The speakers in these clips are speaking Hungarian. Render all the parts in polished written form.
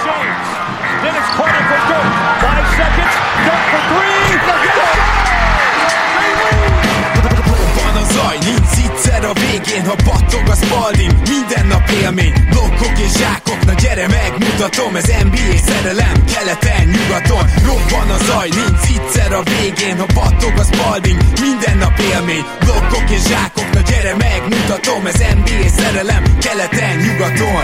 James. Dennis corner for Dirk. 5 seconds. Dirk for 3. Van a zaj, nincs egyszer a végén, ha battog a Spalding, minden nap élmény, blokkok és zsákok, na gyere megmutatom, ez NBA szerelem, keleten, nyugaton, robban a zaj, nincs egyszer a végén, ha battog a Spalding, minden nap élmény, blokkok és zsákok, na gyere megmutatom, ez NBA szerelem, keleten, nyugaton.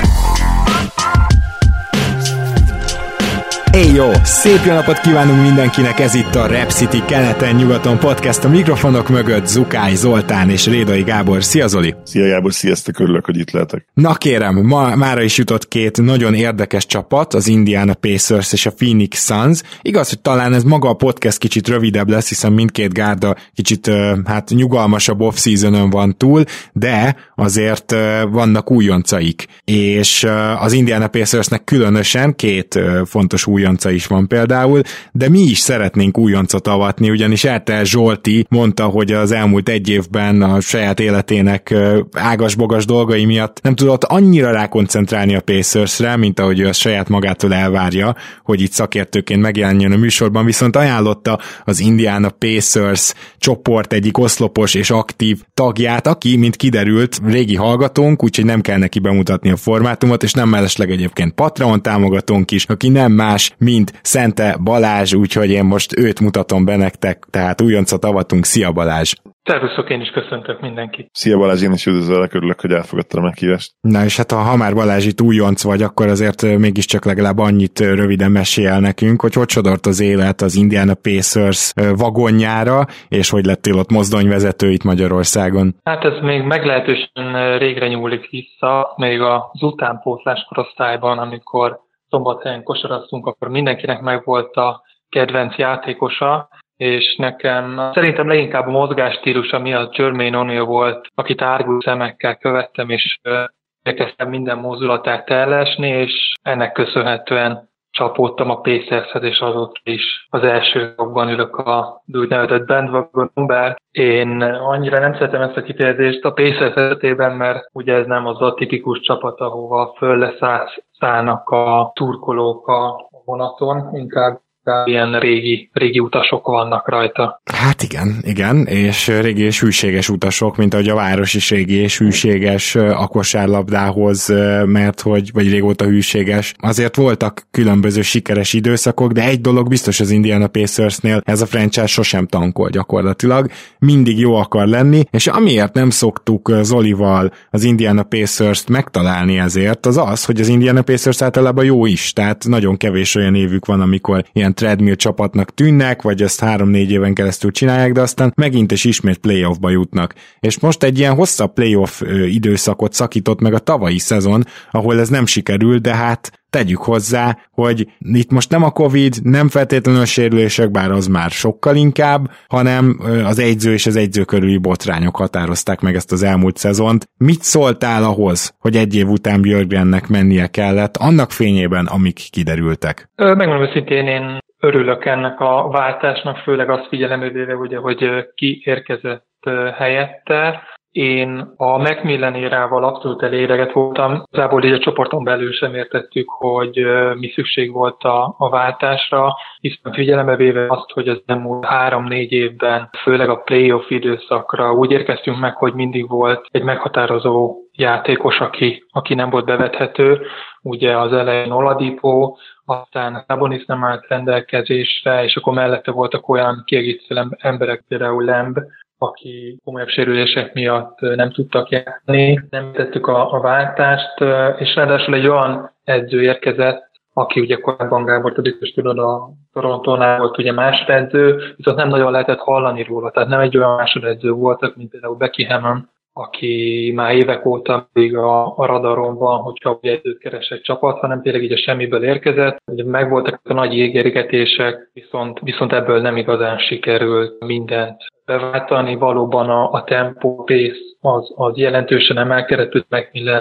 Jó, szép jó napot kívánunk mindenkinek, ez itt a Rap City keleten-nyugaton podcast, a mikrofonok mögött Zukály Zoltán és Rédai Gábor. Szia Zoli! Szia Gábor, sziasztok, örülök, hogy itt lehetek. Na kérem, mára is jutott két nagyon érdekes csapat, az Indiana Pacers és a Phoenix Suns. Igaz, hogy talán ez maga a podcast kicsit rövidebb lesz, hiszen mindkét gárda kicsit nyugalmasabb off-seasonon van túl, de azért vannak újoncaik. És az Indiana Pacersnek különösen két fontos újonca is van például, de mi is szeretnénk újoncot avatni, ugyanis Ertel Zsolti mondta, hogy az elmúlt egy évben a saját életének ágas-bogas dolgai miatt nem tudott annyira rákoncentrálni a Pacersre, mint ahogy ő azt saját magától elvárja, hogy itt szakértőként megjelenjen a műsorban, viszont ajánlotta az Indiana Pacers csoport egyik oszlopos és aktív tagját, aki, mint kiderült, régi hallgatónk, úgyhogy nem kell neki bemutatni a formátumot, és nem mellesleg egyébként Patreon támogatónk is, aki nem más, mint Szente Balázs, úgyhogy én most őt mutatom be nektek, tehát újoncot avatunk. Szia Balázs! Szervuszok, én is köszöntök mindenkit. Szia Balázs, én is üdvözöllek, örülök, hogy elfogadtad a meghívást. Na és hát ha már Balázs itt újonc vagy, akkor azért mégiscsak legalább annyit röviden mesél nekünk, hogy sodort az élet az Indiana Pacers vagonjára, és hogy lettél ott mozdonyvezető itt Magyarországon. Hát ez még meglehetősen régre nyúlik vissza, még az utánpótlás korosztályban, amikor Szombathelyen kosaraztunk, akkor mindenkinek megvolt a kedvenc játékosa, és nekem szerintem leginkább a mozgásstílusa miatt Jermaine O'Neal volt, akit árgul szemekkel követtem, és elkezdtem minden mozdulatát ellesni, és ennek köszönhetően csapódtam a Pacershez, és azóta is az első jogban ülök a úgynevezett bandwagonon, bár én annyira nem szeretem ezt a kifejezést a Pacers esetében, mert ugye ez nem az a tipikus csapat, ahova föl leszállnak a turkolók a vonaton, inkább ilyen régi utasok vannak rajta. Hát igen, és régi és hűséges utasok, mint ahogy a város is régi és hűséges a kosárlabdához, mert vagy régóta hűséges. Azért voltak különböző sikeres időszakok, de egy dolog biztos az Indiana Pacersnél, ez a franchise sosem tankol gyakorlatilag, mindig jó akar lenni, és amiért nem szoktuk Zolival az Indiana Pacers-t megtalálni ezért, az az, hogy az Indiana Pacers általában jó is, tehát nagyon kevés olyan évük van, amikor ilyen treadmill csapatnak tűnnek, vagy ezt 3-4 éven keresztül csinálják, de aztán megint és ismét playoffba jutnak. És most egy ilyen hosszabb playoff időszakot szakított meg a tavalyi szezon, ahol ez nem sikerül, de hát tegyük hozzá, hogy itt most nem a Covid, nem feltétlenül a sérülések, bár az már sokkal inkább, hanem az edző és az edző körüli botrányok határozták meg ezt az elmúlt szezont. Mit szóltál ahhoz, hogy egy év után Björkgrennek mennie kellett, annak fényében, amik kiderültek? Megmondom őszintén, én örülök ennek a váltásnak, főleg azt figyelembe véve, ugye, hogy ki érkezett helyette. Én a Macmillan érával abszolút elégedett voltam. Igazából így a csoporton belül sem értettük, hogy mi szükség volt a váltásra, hiszen figyelembe véve azt, hogy az elmúlt 3-4 évben, főleg a playoff időszakra úgy érkeztünk meg, hogy mindig volt egy meghatározó játékos, aki nem volt bevethető. Ugye az elején Oladipo, aztán Sabonis nem állt rendelkezésre, és akkor mellette voltak olyan kiegészítő emberek, például Lamb, aki komolyabb sérülések miatt nem tudtak játszani. Nem tettük a váltást, és ráadásul egy olyan edző érkezett, aki ugye korábban Gábor biztos tudod, a Torontónál volt ugye másodedző, viszont nem nagyon lehetett hallani róla, tehát nem egy olyan másodedző voltak, mint például Becky Hammon, aki már évek óta még a radaron van, hogyha edzőt keres egy csapat, hanem tényleg így a semmiből érkezett. Ugye megvoltak a nagy ígérgetések, viszont ebből nem igazán sikerült mindent beváltani. Valóban a tempo, pace az jelentősen emelkedett, Macmillan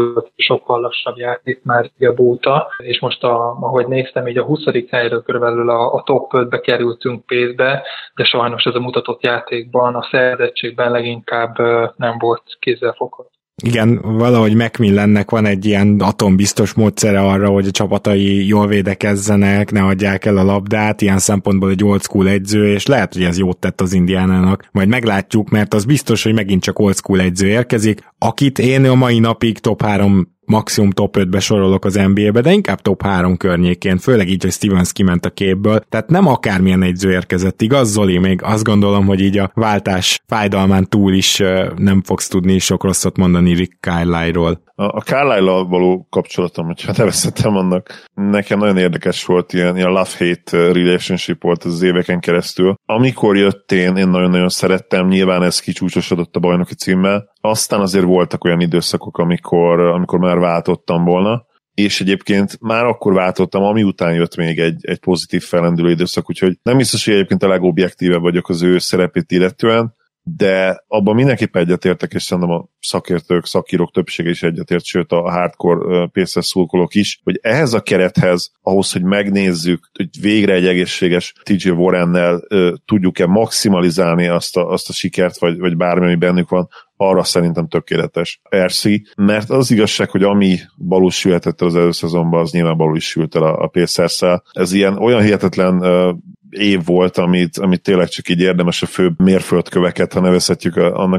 sokkal lassabb játék már jobb óta, és most ahogy néztem, így a 20. helyről körülbelül a top 5-be kerültünk pace-be, de sajnos ez a mutatott játékban, a szervezettségben leginkább nem volt kézzelfogható. Igen, valahogy Macmillannek van egy ilyen atombiztos módszere arra, hogy a csapatai jól védekezzenek, ne adják el a labdát, ilyen szempontból egy old school edző, és lehet, hogy ez jót tett az Indiánának. Majd meglátjuk, mert az biztos, hogy megint csak old school edző érkezik, akit én a mai napig top 3 maximum top 5-be sorolok az NBA-be, de inkább top 3 környékén, főleg így, hogy Stevens kiment a képből, tehát nem akármilyen egyző érkezett, igaz Zoli? Még azt gondolom, hogy így a váltás fájdalmán túl is nem fogsz tudni sok rosszat mondani Rick Carlisle-ról. A Carlisle-lal való kapcsolatom, hogyha nevezhetem annak, nekem nagyon érdekes volt, ilyen love-hate relationship volt az éveken keresztül. Amikor jött én nagyon-nagyon szerettem, nyilván ez kicsúcsosodott a bajnoki címmel, aztán azért voltak olyan időszakok, amikor már váltottam volna, és egyébként már akkor váltottam, ami után jött még egy pozitív fellendülő időszak, úgyhogy nem biztos, hogy egyébként a legobjektívebb vagyok az ő szerepét illetően, de abban mindenképpen egyetértek, és szerintem a szakértők, szakírók többsége is egyetért, sőt a hardcore Pacers szurkolók is, hogy ehhez a kerethez, ahhoz, hogy megnézzük, hogy végre egy egészséges TJ Warrennel tudjuk-e maximalizálni azt a sikert, vagy bármi, ami bennük van, arra szerintem tökéletes RC, mert az igazság, hogy ami balul sülhetett az előszezonban, az nyilván balul is sült el a Pacers-szel. Ez olyan hihetetlen év volt, amit tényleg csak így érdemes a főbb mérföldköveket, ha nevezhetjük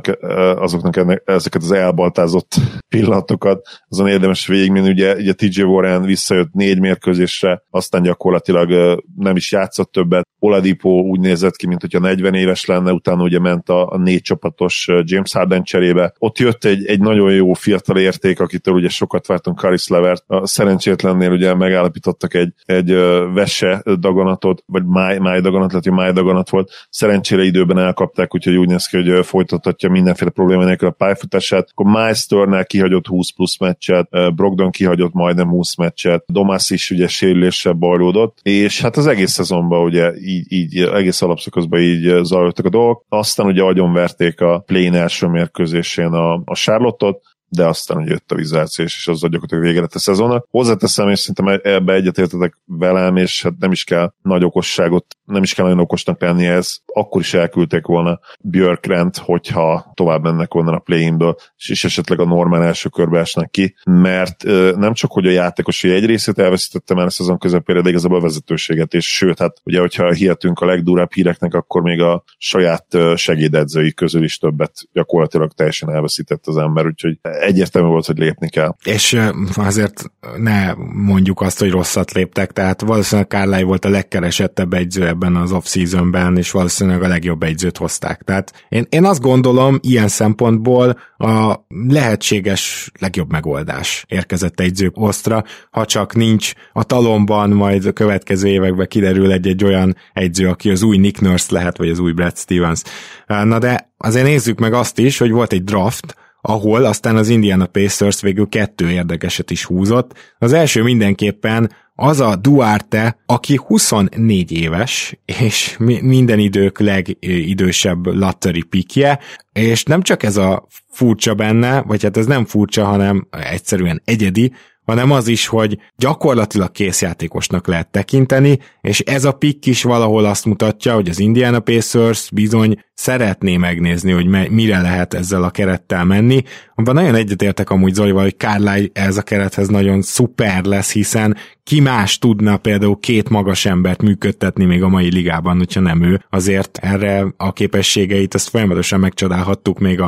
azoknak ezeket az elbaltázott pillanatokat, azon érdemes végigmenni. Ugye TJ Warren visszajött 4 mérkőzésre, aztán gyakorlatilag nem is játszott többet. Oladipo úgy nézett ki, mint hogyha 40 éves lenne, utána ugye ment a 4 csapatos James Harden cserébe. Ott jött egy nagyon jó fiatal érték, akitől ugye sokat vártunk, Caris Levert. A szerencsétlennél ugye megállapítottak egy vese daganatot, vagy májdaganat, lehet, hogy májdaganat volt. Szerencsére időben elkapták, úgyhogy úgy néz ki, hogy folytathatja mindenféle probléma nélkül a pályafutását. Akkor Miles Turner kihagyott 20 plusz meccset, Brogdon kihagyott majdnem 20 meccset, Domas is ugye sérüléssel bajlódott, és hát az egész szezonban ugye így egész alapszakaszban így zajlottak a dolgok. Aztán ugye agyonverték a play-in első mérkőzésén a Charlotte-ot, de aztán ugye jött a Wizards, és azzal gyakorlatilag vége lett a szezonnak. Hozzáteszem, és szerintem ebbe egyetértetek velem, és hát nem is kell nagy okosságot, nem is kell nagyon okosnak lenni ez. Akkor is elküldték volna Björkrent, hogyha tovább mennek onnan a play-inből, és esetleg a normál első körbe esnek ki, mert nem csak, hogy a játékosai egy részét elveszítette már a szezon közepére, de igazából a vezetőséget, és sőt, hát ugye, hogyha hihetünk a legdurább híreknek, akkor még a saját segédedzői közül is többet gyakorlatilag teljesen elveszített az ember, úgyhogy egyértelmű volt, hogy lépni kell. És azért ne mondjuk azt, hogy rosszat léptek, tehát valószínűleg Carlisle volt a legkeresettebb egyző ebben az off-seasonben, és valószínűleg a legjobb egyzőt hozták. Tehát én azt gondolom, ilyen szempontból a lehetséges legjobb megoldás érkezett egyzők osztra, ha csak nincs a talomban, majd a következő években kiderül egy olyan egyző, aki az új Nick Nurse lehet, vagy az új Brad Stevens. Na de azért nézzük meg azt is, hogy volt egy draft, ahol aztán az Indiana Pacers végül 2 érdekeset is húzott. Az első mindenképpen az a Duarte, aki 24 éves, és minden idők legidősebb lottery pickje, és nem csak ez a furcsa benne, vagy hát ez nem furcsa, hanem egyszerűen egyedi, hanem az is, hogy gyakorlatilag készjátékosnak lehet tekinteni, és ez a pick is valahol azt mutatja, hogy az Indiana Pacers bizony szeretné megnézni, hogy mire lehet ezzel a kerettel menni. Abban nagyon egyetértek amúgy Zolival, hogy Carlisle ez a kerethez nagyon szuper lesz, hiszen ki más tudna például 2 magas embert működtetni még a mai ligában, hogyha nem ő. Azért erre a képességeit ezt folyamatosan megcsodálhattuk még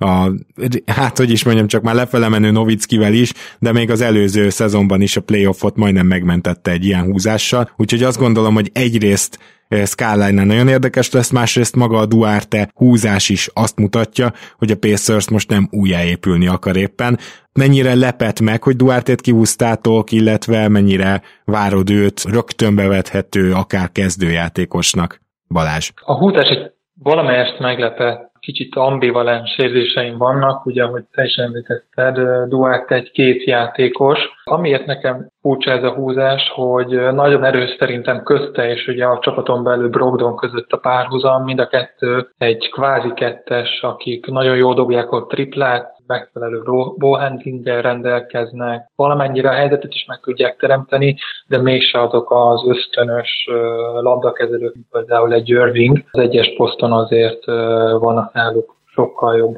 hát hogy is mondjam, csak már lefele menő Novickivel is, de még az előző szezonban is a playoffot majdnem megmentette egy ilyen húzással. Úgyhogy azt gondolom, hogy egyrészt Carlisle-nál nagyon érdekes lesz, másrészt maga a Duarte húzás is azt mutatja, hogy a Pacers most nem újjáépülni akar éppen. Mennyire lepett meg, hogy Duarte-t kihúztátok, illetve mennyire várod őt rögtön bevethető, akár kezdőjátékosnak? Balázs. A húzás egy valamelyest meglepett, kicsit ambivalens érzéseim vannak, ugye, ahogy te is említetted, Duarte egy 2 játékos. Amiért nekem furcsa ez a húzás, hogy nagyon erős szerintem közte és ugye a csapaton belül Brogdon között a párhuzam, mind a kettő egy kvázi kettes, akik nagyon jól dobják ott triplát, megfelelő ballhandlinggel rendelkeznek, valamennyire a helyzetet is meg tudják teremteni, de mégse azok az ösztönös labdakezelők, mint például egy Irving. Az egyes poszton azért vannak náluk sokkal jobbak.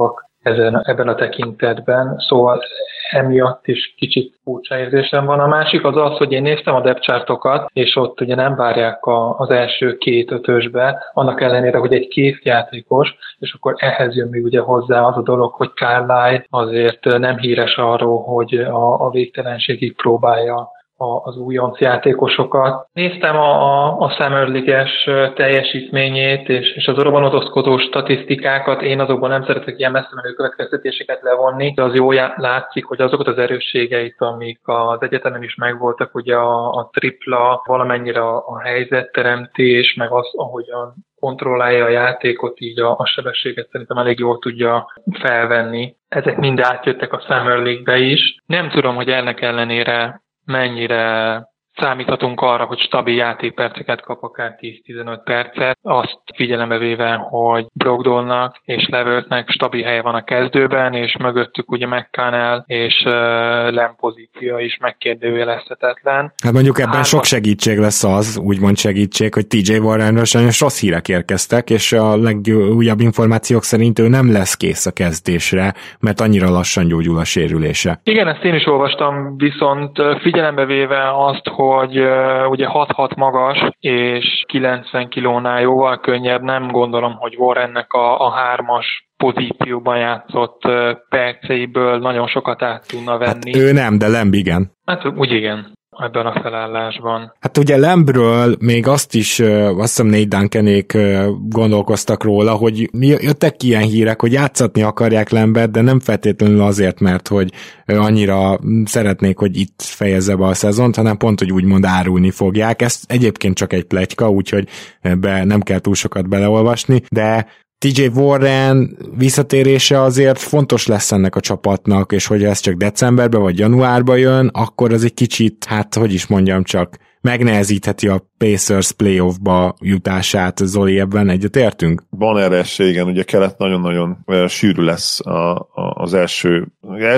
ebben a tekintetben, szóval emiatt is kicsit furcsa érzésem van. A másik az, hogy én néztem a depth chartokat, és ott ugye nem várják az első 2-5-ösbe, annak ellenére, hogy egy kész játékos, és akkor ehhez jön még ugye hozzá az a dolog, hogy Carlisle azért nem híres arról, hogy a végtelenségig próbálja az újonc játékosokat. Néztem a Summer League-es teljesítményét, és az robbanotozkodó statisztikákat, én azokban nem szeretek ilyen messze menő következtetéseket levonni, de az jól látszik, hogy azokat az erősségeit, amik az egyetemen is megvoltak, ugye a tripla, valamennyire a helyzetteremtés, meg az, ahogyan kontrollálja a játékot, így a sebességet szerintem elég jól tudja felvenni. Ezek mind átjöttek a Summer League-be is. Nem tudom, hogy ennek ellenére mennyire számíthatunk arra, hogy stabil játékperceket kap akár 10-15 percet, azt figyelembe véve, hogy Brogdonnak és Levertnek stabil helye van a kezdőben, és mögöttük ugye McConnell és Lamb pozíció is megkérdőjelezhetetlen. Hát mondjuk ebben sok segítség lesz az, úgymond segítség, hogy TJ Warrenről sajnos rossz hírek érkeztek, és a legújabb információk szerint ő nem lesz kész a kezdésre, mert annyira lassan gyógyul a sérülése. Igen, ezt én is olvastam, viszont figyelembe véve azt, hogy ugye 6-6 magas és 90 kilónál jóval könnyebb, nem gondolom, hogy Warrennek a 3-as pozícióban játszott perceiből nagyon sokat át tudna venni. Hát ő nem, de Lamb igen. Hát úgy igen, ebben a felállásban. Hát ugye Lambről még azt is, azt hiszem Nate Duncanék gondolkoztak róla, hogy jöttek ki ilyen hírek, hogy játszatni akarják Lambert, de nem feltétlenül azért, mert hogy annyira szeretnék, hogy itt fejezze be a szezont, hanem pont, hogy úgymond árulni fogják. Ez egyébként csak egy pletyka, úgyhogy nem kell túl sokat beleolvasni, de TJ Warren visszatérése azért fontos lesz ennek a csapatnak, és hogy ez csak decemberben vagy januárban jön, akkor az egy kicsit, hát hogy is mondjam csak, megnehezítheti a Pacers playoffba jutását. Zoli, ebben egyetértünk? Van erre esély, igen, ugye kelet nagyon-nagyon sűrű lesz az első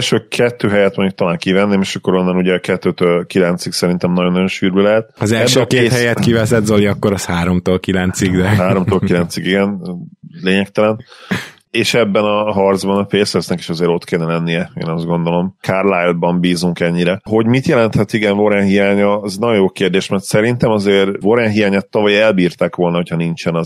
2 helyet mondjuk talán kivenném, és akkor onnan ugye 2-től 9-ig szerintem nagyon-nagyon sűrű lehet. Az első 2 helyet kiveszed, Zoli, akkor az 3-tól 9-ig. De... 3-tól 9-ig, igen, lényegtelen. És ebben a harcban a Pacersnek is azért ott kéne lennie, én azt gondolom. Carlisle-ban bízunk ennyire. Hogy mit jelenthet, igen, Warren hiánya, az nagyon jó kérdés, mert szerintem azért Warren hiányát tavaly elbírták volna, hogyha nincsenek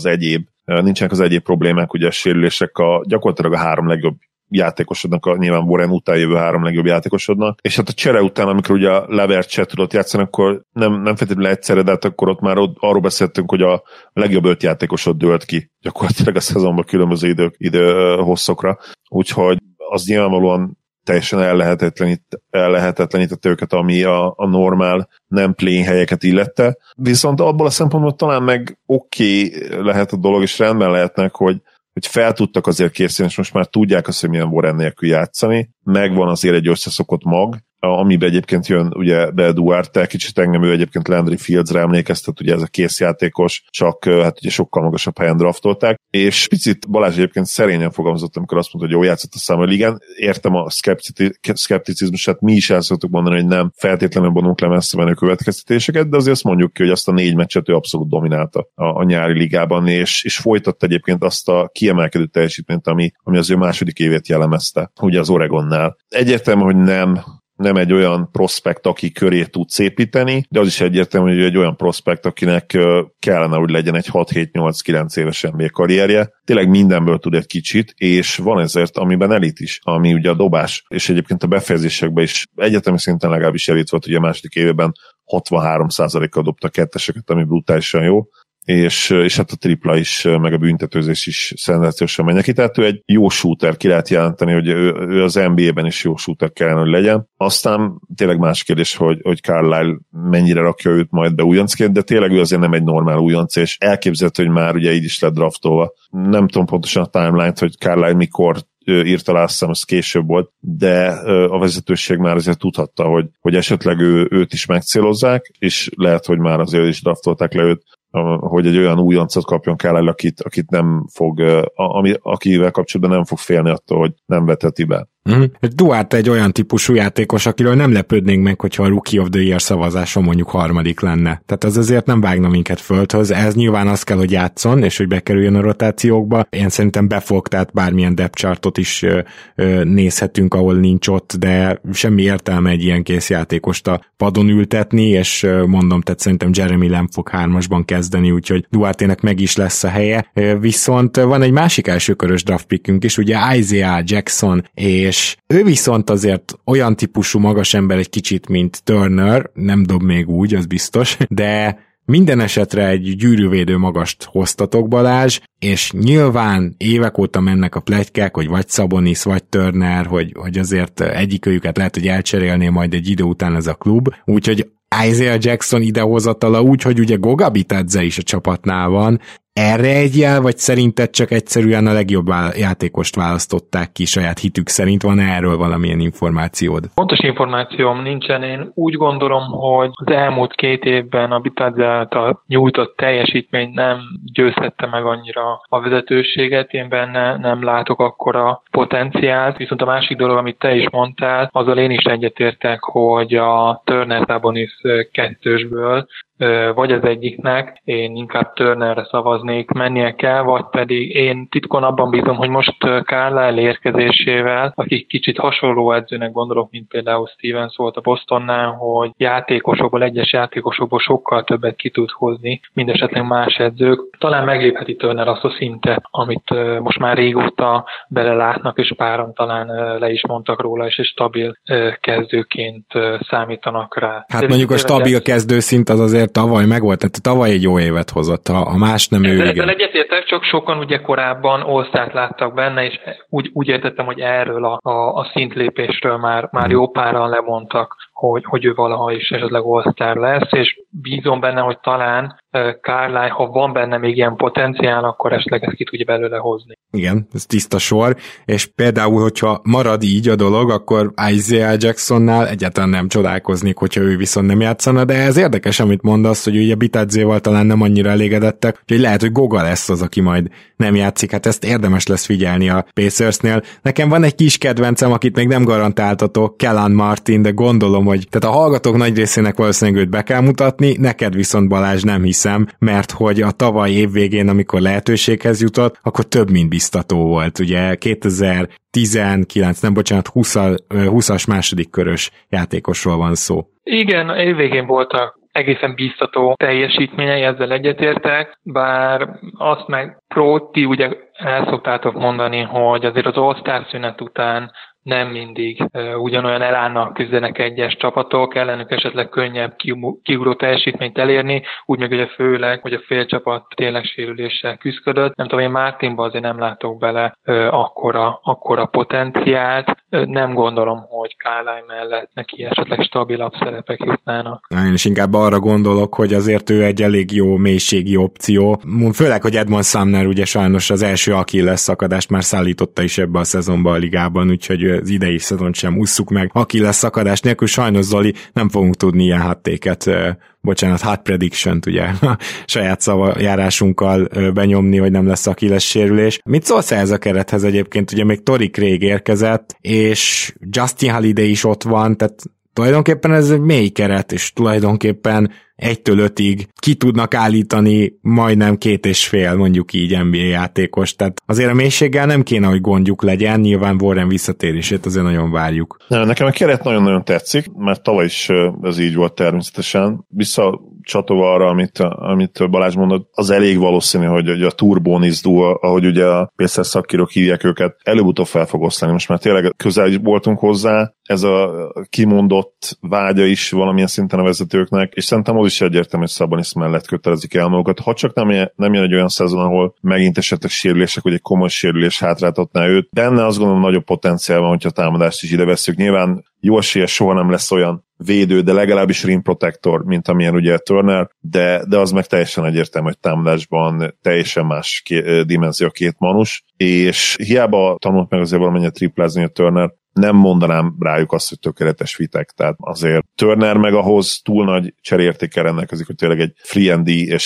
az egyéb problémák, ugye a sérülések gyakorlatilag a 3 legjobb játékosodnak, nyilván Warren után jövő 3 legjobb játékosodnak, és hát a csere után, amikor ugye a Levert se tudott játszani, akkor nem feltétlenül egyszerre, de hát akkor ott már arról beszéltünk, hogy a legjobb 5 játékosod dőlt ki gyakorlatilag a szezonban különböző hosszokra, úgyhogy az nyilvánvalóan teljesen ellehetetlenítette őket, ami a normál nem play helyeket illette. Viszont abból a szempontból talán meg oké lehet a dolog, és rendben lehetnek, hogy fel tudtak azért készíteni, és most már tudják azt, hogy milyen Warren nélkül játszani. Megvan azért egy összeszokott mag, amiben egyébként jön ugye be Duarte, kicsit engem ő egyébként Landry Fieldsre emlékeztet, ugye ez a készjátékos, csak hát ugye sokkal magasabb helyen draftolták, és picit Balázs egyébként szerényen fogalmazott, amikor azt mondta, hogy jó játszott a Summer League-en. Értem a szkepticizmusát, mi is el szoktuk mondani, hogy nem feltétlenül vonunk le messze menő következtetéseket, de azért azt mondjuk ki, hogy azt a 4 meccset ő abszolút dominálta a nyári ligában, és folytatta egyébként azt a kiemelkedő teljesítményt, ami az ő második évét jellemezte, ugye az Oregonnál. Egyértelmű, hogy nem egy olyan prospekt, aki köré tud építeni, de az is egyértelmű, hogy egy olyan prospekt, akinek kellene, hogy legyen egy 6-7-8-9 éves NBA karrierje. Tényleg mindenből tud egy kicsit, és van ezért, amiben elit is, ami ugye a dobás, és egyébként a befejezésekben is egyetemi szinten legalábbis elit volt, ugye a második évben 63%-kal dobta ketteseket, ami brutálisan jó, és hát a tripla is, meg a büntetőzés is szenzációsan megy neki, tehát ő egy jó shooter, ki lehet jelenteni, hogy ő az NBA-ben is jó shooter kellene, hogy legyen. Aztán tényleg más kérdés, hogy Carlisle mennyire rakja őt majd be újoncként, de tényleg ő azért nem egy normál újonc, és elképzelhető, hogy már ugye így is lett draftolva. Nem tudom pontosan a timeline-t, hogy Carlisle mikor írta le, azt hiszem, az később volt, de a vezetőség már azért tudhatta, hogy esetleg őt is megcélozzák, és lehet, hogy már azért is draftolták le őt hogy egy olyan újoncot kapjon kell, akit nem fog, akivel kapcsolatban nem fog félni attól, hogy nem veteti be. Duarte egy olyan típusú játékos, akiről nem lepődnénk meg, hogyha a Rookie of the Year szavazáson mondjuk harmadik lenne. Tehát az azért nem vágna minket földhöz. Ez nyilván az kell, hogy játszon, és hogy bekerüljön a rotációkba. Én szerintem befog, tehát bármilyen depth chartot is nézhetünk, ahol nincs ott, de semmi értelme egy ilyen kész játékost a padon ültetni, és mondom, tehát szerintem Jeremy Lamb fog 3-asban kezdeni, úgyhogy Duartének meg is lesz a helye. Viszont van egy másik elsőkörös draft pickünk is, ugye Isaiah Jackson, és ő viszont azért olyan típusú magas ember egy kicsit, mint Turner, nem dob még úgy, az biztos, de minden esetre egy gyűrűvédő magast hoztatok, Balázs, és nyilván évek óta mennek a pletykák, hogy vagy Sabonis, vagy Turner, hogy azért egyikőjüket lehet, hogy elcserélné majd egy idő után ez a klub, úgyhogy Isaiah Jackson idehozatala úgy, hogy ugye Goga Bitadze is a csapatnál van. Erre egy jel, vagy szerinted csak egyszerűen a legjobb játékost választották ki saját hitük szerint? Van erről valamilyen információd? Pontos információm nincsen. Én úgy gondolom, hogy az elmúlt 2 évben a Bitadze által nyújtott teljesítmény nem győzhette meg annyira a vezetőséget. Én benne nem látok akkora potenciált. Viszont a másik dolog, amit te is mondtál, azzal én is egyetértek, hogy a Turner-Sabonis kettősből vagy az egyiknek, én inkább Turnerre szavaznék, mennie kell, vagy pedig én titkon abban bízom, hogy most Carlisle érkezésével, akik kicsit hasonló edzőnek gondolok, mint például Stevens volt a Bostonnál, hogy egyes játékosokból sokkal többet ki tud hozni, mint esetleg más edzők. Talán meglépheti Turner azt a szintet, amit most már régóta belelátnak, és páran talán le is mondtak róla, és egy stabil kezdőként számítanak rá. Hát mondjuk a stabil kezdőszint az azért tavaly megvolt, tehát tavaly egy jó évet hozott, ha más nem ő. Ezzel egyetértek, csak sokan ugye korábban All-Start láttak benne, és úgy értettem, hogy erről a szintlépésről már jó páran lemondtak, hogy ő valaha is esetleg All-Star lesz, és bízom benne, hogy talán Carlisle, ha van benne még ilyen potenciál, akkor esetleg ezt ki tudja belőle hozni. Igen, ez tiszta sor, és például, hogyha marad így a dolog, akkor Isaiah Jacksonnál egyáltalán nem csodálkoznék, hogyha ő viszont nem játszana, de ez érdekes, amit mondasz, hogy ugye Bitadzéval talán nem annyira elégedettek, úgyhogy lehet, hogy Goga lesz az, aki majd nem játszik, hát ezt érdemes lesz figyelni a Pacersnél. Nekem van egy kis kedvencem, akit még nem garantáltatok, Kellan Martin, de gondolom, hogy tehát a hallgatók nagy részének valószínűleg őt be kell mutatni, neked viszont Balázs nem hiszem, mert hogy a tavaly évvégén, amikor lehetőséghez jutott, akkor több mint biztató volt. Ugye 2020-as második körös játékosról van szó. Igen, évvégén voltak egészen biztató teljesítményei, ezzel egyetértek, bár azt meg ti ugye el szoktátok mondani, hogy azért az All-Star szünet után nem mindig ugyanolyan elánnal küzdenek egyes csapatok, ellenük esetleg könnyebb kiugró teljesítményt elérni, úgy meg ugye főleg, hogy a félcsapat tényleg sérüléssel küzdött. Nem tudom, én Martinba azért nem látok bele akkora potenciált. Nem gondolom, hogy Carlisle mellett neki esetleg stabilabb szerepek jutnának. Én is inkább arra gondolok, hogy azért ő egy elég jó mélységi opció. Főleg, hogy Edmond Sumner ugye sajnos az első Achilles szakadást már szállította is ebbe a szezonba a ligában, úgyhogy az idei szezont sem usszuk meg. Achilles szakadás nélkül sajnos, Zoli, nem fogunk tudni ilyen hot prediction-t ugye a saját szavajárásunkkal benyomni, hogy nem lesz Achilles sérülés. Mit szólsz ez a kerethez egyébként? Ugye még Torrey Craig érkezett, és Justin Holiday is ott van, tehát tulajdonképpen ez egy mély keret, és tulajdonképpen 1-től 5-ig ki tudnak állítani majdnem 2,5 mondjuk így NBA játékos, tehát azért a mélységgel nem kéne, hogy gondjuk legyen, nyilván Warren visszatérését azért nagyon várjuk. Nekem a keret nagyon-nagyon tetszik, mert tavaly is ez így volt természetesen. Visszacsatolva arra, amit Balázs mondott, az elég valószínű, hogy a Turbonis duo, ahogy ugye a Pacers szakírók hívják őket, előbb-utóbb fel fog oszlani. Most már tényleg közel voltunk hozzá, ez a kimondott vágya is valamilyen szinten a vezetőknek, és szerintem az is egyértelmű, hogy Sabonis mellett kötelezik el magukat. Ha csak nem jön egy olyan szezon, ahol megint esetleg sérülések, vagy egy komoly sérülés hátráltatná őt, benne azt gondolom nagyobb potenciál van, hogyha a támadást is ide vesszük. Nyilván jó esélye soha nem lesz olyan védő, de legalábbis rim protector, mint amilyen ugye Turner, de az meg teljesen egyértelmű, hogy támadásban teljesen más dimenzió két manus, és hiába tanult meg azért valamennyit triplázni a Turner, nem mondanám rájuk azt, hogy tökéletes fitek. Tehát azért Turner meg ahhoz túl nagy cserértékkel rendelkezik, hogy tényleg egy free and D, és hát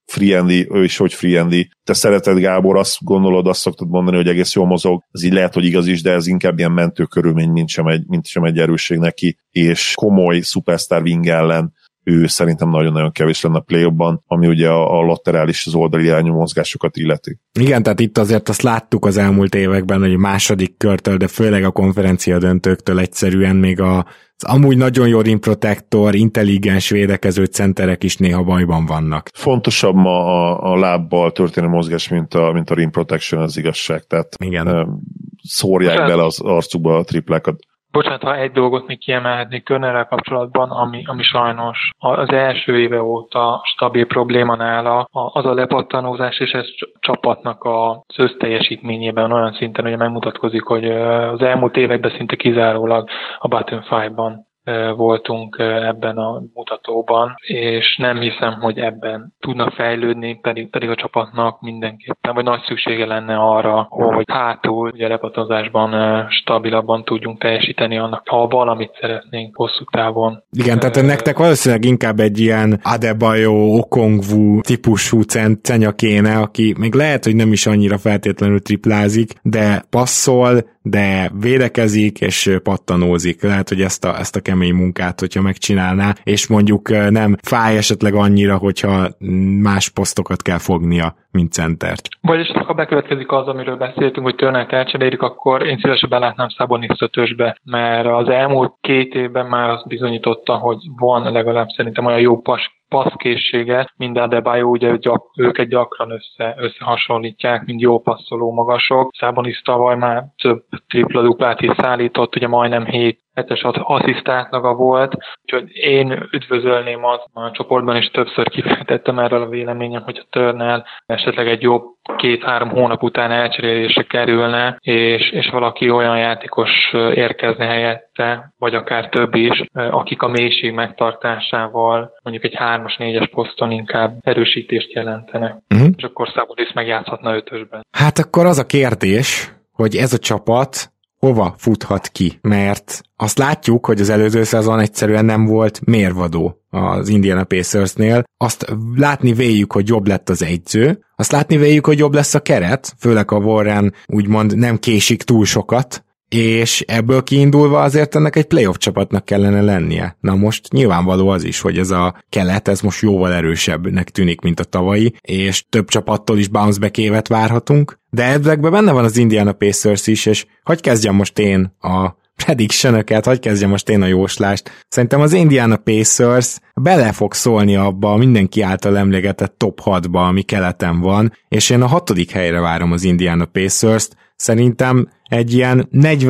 free-handy, ő is hogy free-handy. Te szereted, Gábor, azt gondolod, azt szoktad mondani, hogy egész jól mozog, ez így lehet, hogy igaz is, de ez inkább ilyen mentő körülmény, mint sem egy erősség neki, és komoly superstar wing ellen ő szerintem nagyon-nagyon kevés lenne a play-offban, ami ugye a laterális, az oldali irányú mozgásokat illeti. Igen, tehát itt azért azt láttuk az elmúlt években, hogy a második körtől, de főleg a konferencia döntőktől egyszerűen még az amúgy nagyon jó rim protector, intelligens védekező centerek is néha bajban vannak. Fontosabb ma a lábbal történő mozgás, mint a rim protection, az igazság. Tehát igen. Szórják bele az arcukba a triplákat. Bocsánat, ha egy dolgot még kiemelhetnék Körnerrel kapcsolatban, ami sajnos az első éve óta stabil probléma nála, az a lepattanózás, és ez csapatnak az összteljesítményében olyan szinten, hogy megmutatkozik, hogy az elmúlt években szinte kizárólag a bottom 5-ban voltunk ebben a mutatóban, és nem hiszem, hogy ebben tudnak fejlődni, pedig a csapatnak mindenképpen, vagy nagy szüksége lenne arra, hogy hátul ugye lepattanozásban stabilabban tudjunk teljesíteni annak, ha valamit szeretnénk hosszú távon. Igen, tehát nektek valószínűleg inkább egy ilyen Adebayo, Okongwu típusú cenya kéne, aki még lehet, hogy nem is annyira feltétlenül triplázik, de passzol, de védekezik és pattanózik. Lehet, hogy ezt a kemény munkát, hogyha megcsinálná, és mondjuk nem fáj esetleg annyira, hogyha más posztokat kell fognia, mint centert. Vagyis ha bekövetkezik az, amiről beszéltünk, hogy Turnert elcserélik, akkor én szívesebben látnám Szaboniszt ötösbe, mert az elmúlt 2 évben már azt bizonyította, hogy van legalább szerintem olyan jó passzkészsége, mint Adebayo, ugye őket gyakran összehasonlítják, mint jó passzoló magasok. Szabonis tavaly már több tripla-duplát is szállított, ugye majdnem 7-es assziszt átlaga volt, úgyhogy én üdvözölném azt, a csoportban is többször kifejtettem erről a véleményem, hogy a Turner esetleg egy jobb 2-3 hónap után elcserélésre kerülne, és valaki olyan játékos érkezne helyette, vagy akár több is, akik a mélység megtartásával mondjuk egy 3-as, 4-es poszton inkább erősítést jelentenek. És akkor Szabonis megjátszhatna 5-ösben. Hát akkor az a kérdés, hogy ez a csapat hova futhat ki, mert azt látjuk, hogy az előző szezon egyszerűen nem volt mérvadó az Indiana Pacersnél. Azt látni véljük, hogy jobb lett az edző, azt látni véljük, hogy jobb lesz a keret, főleg a Warren úgymond nem késik túl sokat, és ebből kiindulva azért ennek egy playoff csapatnak kellene lennie. Na most nyilvánvaló az is, hogy ez a kelet, ez most jóval erősebbnek tűnik, mint a tavalyi, és több csapattól is bounce back évet várhatunk, de ezekben benne van az Indiana Pacers is, és hadd kezdjem most én a prediction-öket, hadd kezdjem most én a jóslást. Szerintem az Indiana Pacers bele fog szólni abba a mindenki által emlegetett top 6-ba, ami keleten van, és én a 6. helyre várom az Indiana Pacers-t. Szerintem egy ilyen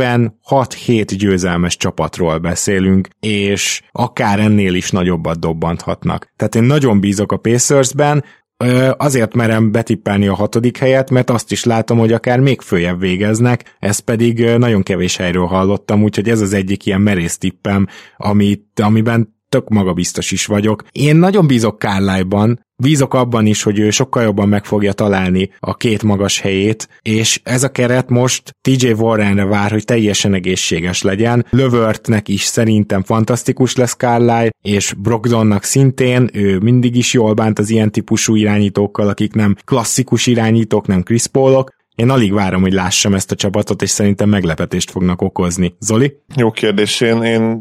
46-7 győzelmes csapatról beszélünk, és akár ennél is nagyobbat dobbanthatnak. Tehát én nagyon bízok a Pacersben, azért merem betippelni a 6. helyet, mert azt is látom, hogy akár még följebb végeznek, ezt pedig nagyon kevés helyről hallottam, úgyhogy ez az egyik ilyen merész tippem, amiben tök magabiztos is vagyok. Én nagyon bízok Carlisle-ban, bízok abban is, hogy ő sokkal jobban meg fogja találni a 2 magas helyét, és ez a keret most TJ Warrenre vár, hogy teljesen egészséges legyen. Lövertnek is szerintem fantasztikus lesz Carlisle, és Brogdonnak szintén, ő mindig is jól bánt az ilyen típusú irányítókkal, akik nem klasszikus irányítók, nem Chris Paulok. Én alig várom, hogy lássam ezt a csapatot, és szerintem meglepetést fognak okozni. Zoli? Jó kérdés, én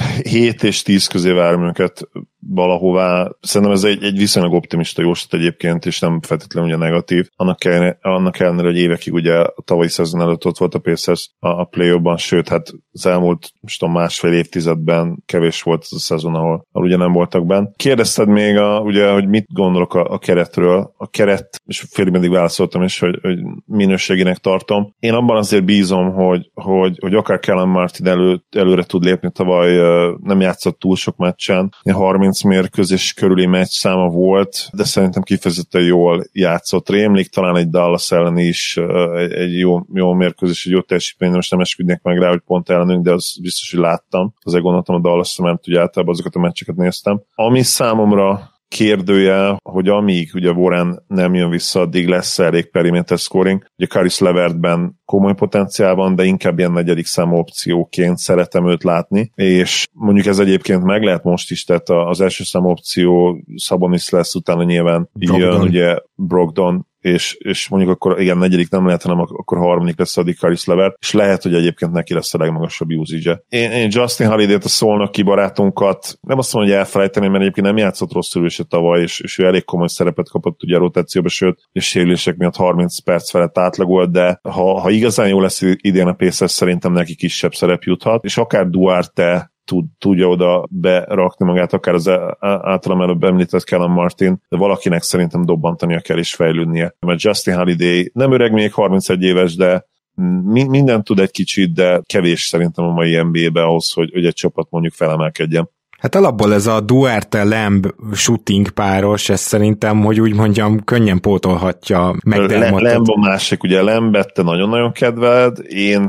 7 és 10 közé várom őket valahová. Szerintem ez egy viszonylag optimista jóslat egyébként, és nem feltétlenül ugye negatív. Annak ellenére, hogy évekig ugye a tavalyi szezon előtt ott volt a Pacers a play-offban, sőt, hát az elmúlt, most tudom, másfél évtizedben kevés volt az a szezon, ahol ugye nem voltak benn. Kérdezted még, ugye, hogy mit gondolok a keretről. A keret, és félig meddig válaszoltam is, hogy minőségének tartom. Én abban azért bízom, hogy akár Callum Martin előre tud lépni, tavaly nem játszott túl sok meccsen, 30 mérkőzés körüli meccs száma volt, de szerintem kifejezetten jól játszott. Rémlik talán egy Dallas ellen is egy jó mérkőzés, egy jó teljesítmény, most nem esküdnék meg rá, hogy pont ellenünk, de az biztos, hogy láttam. Azért gondoltam a Dallas-ra, mert ugye általában azokat a meccseket néztem. Ami számomra kérdőjel, hogy amíg ugye Warren nem jön vissza, addig lesz elég perimeter scoring. Ugye Caris LeVertben komoly potenciál van, de inkább ilyen 4. számú opcióként szeretem őt látni, és mondjuk ez egyébként meg lehet most is, tehát az első számú opció Sabonis lesz, utána nyilván jön ugye Brogdon, és mondjuk akkor igen, 4. nem lehet, hanem akkor 3. lesz addig Caris LeVert, és lehet, hogy egyébként neki lesz a legmagasabb usage-e. Én Justin Holiday-t, a szolnoki barátunkat nem azt mondom, hogy elfelejteni, mert egyébként nem játszott rosszul is tavaly, és ő elég komoly szerepet kapott ugye a rotációba, sőt, és sérülések miatt 30 perc felett átlagolt, de ha igazán jó lesz idén a Pacers, szerintem neki kisebb szerep juthat, és akár Duarte tudja oda berakni magát, akár az általam előbb említett Callum Martin, de valakinek szerintem dobbantania kell és fejlődnie. Mert Justin Holiday nem öreg még, 31 éves, de mindent tud egy kicsit, de kevés szerintem a mai NBA-be ahhoz, hogy egy csapat mondjuk felemelkedjen. Hát alapból ez a Duarte-Lamb shooting páros, ez szerintem, hogy úgy mondjam, könnyen pótolhatja McDermottot. Lamb a másik, ugye Lambet te nagyon-nagyon kedveled,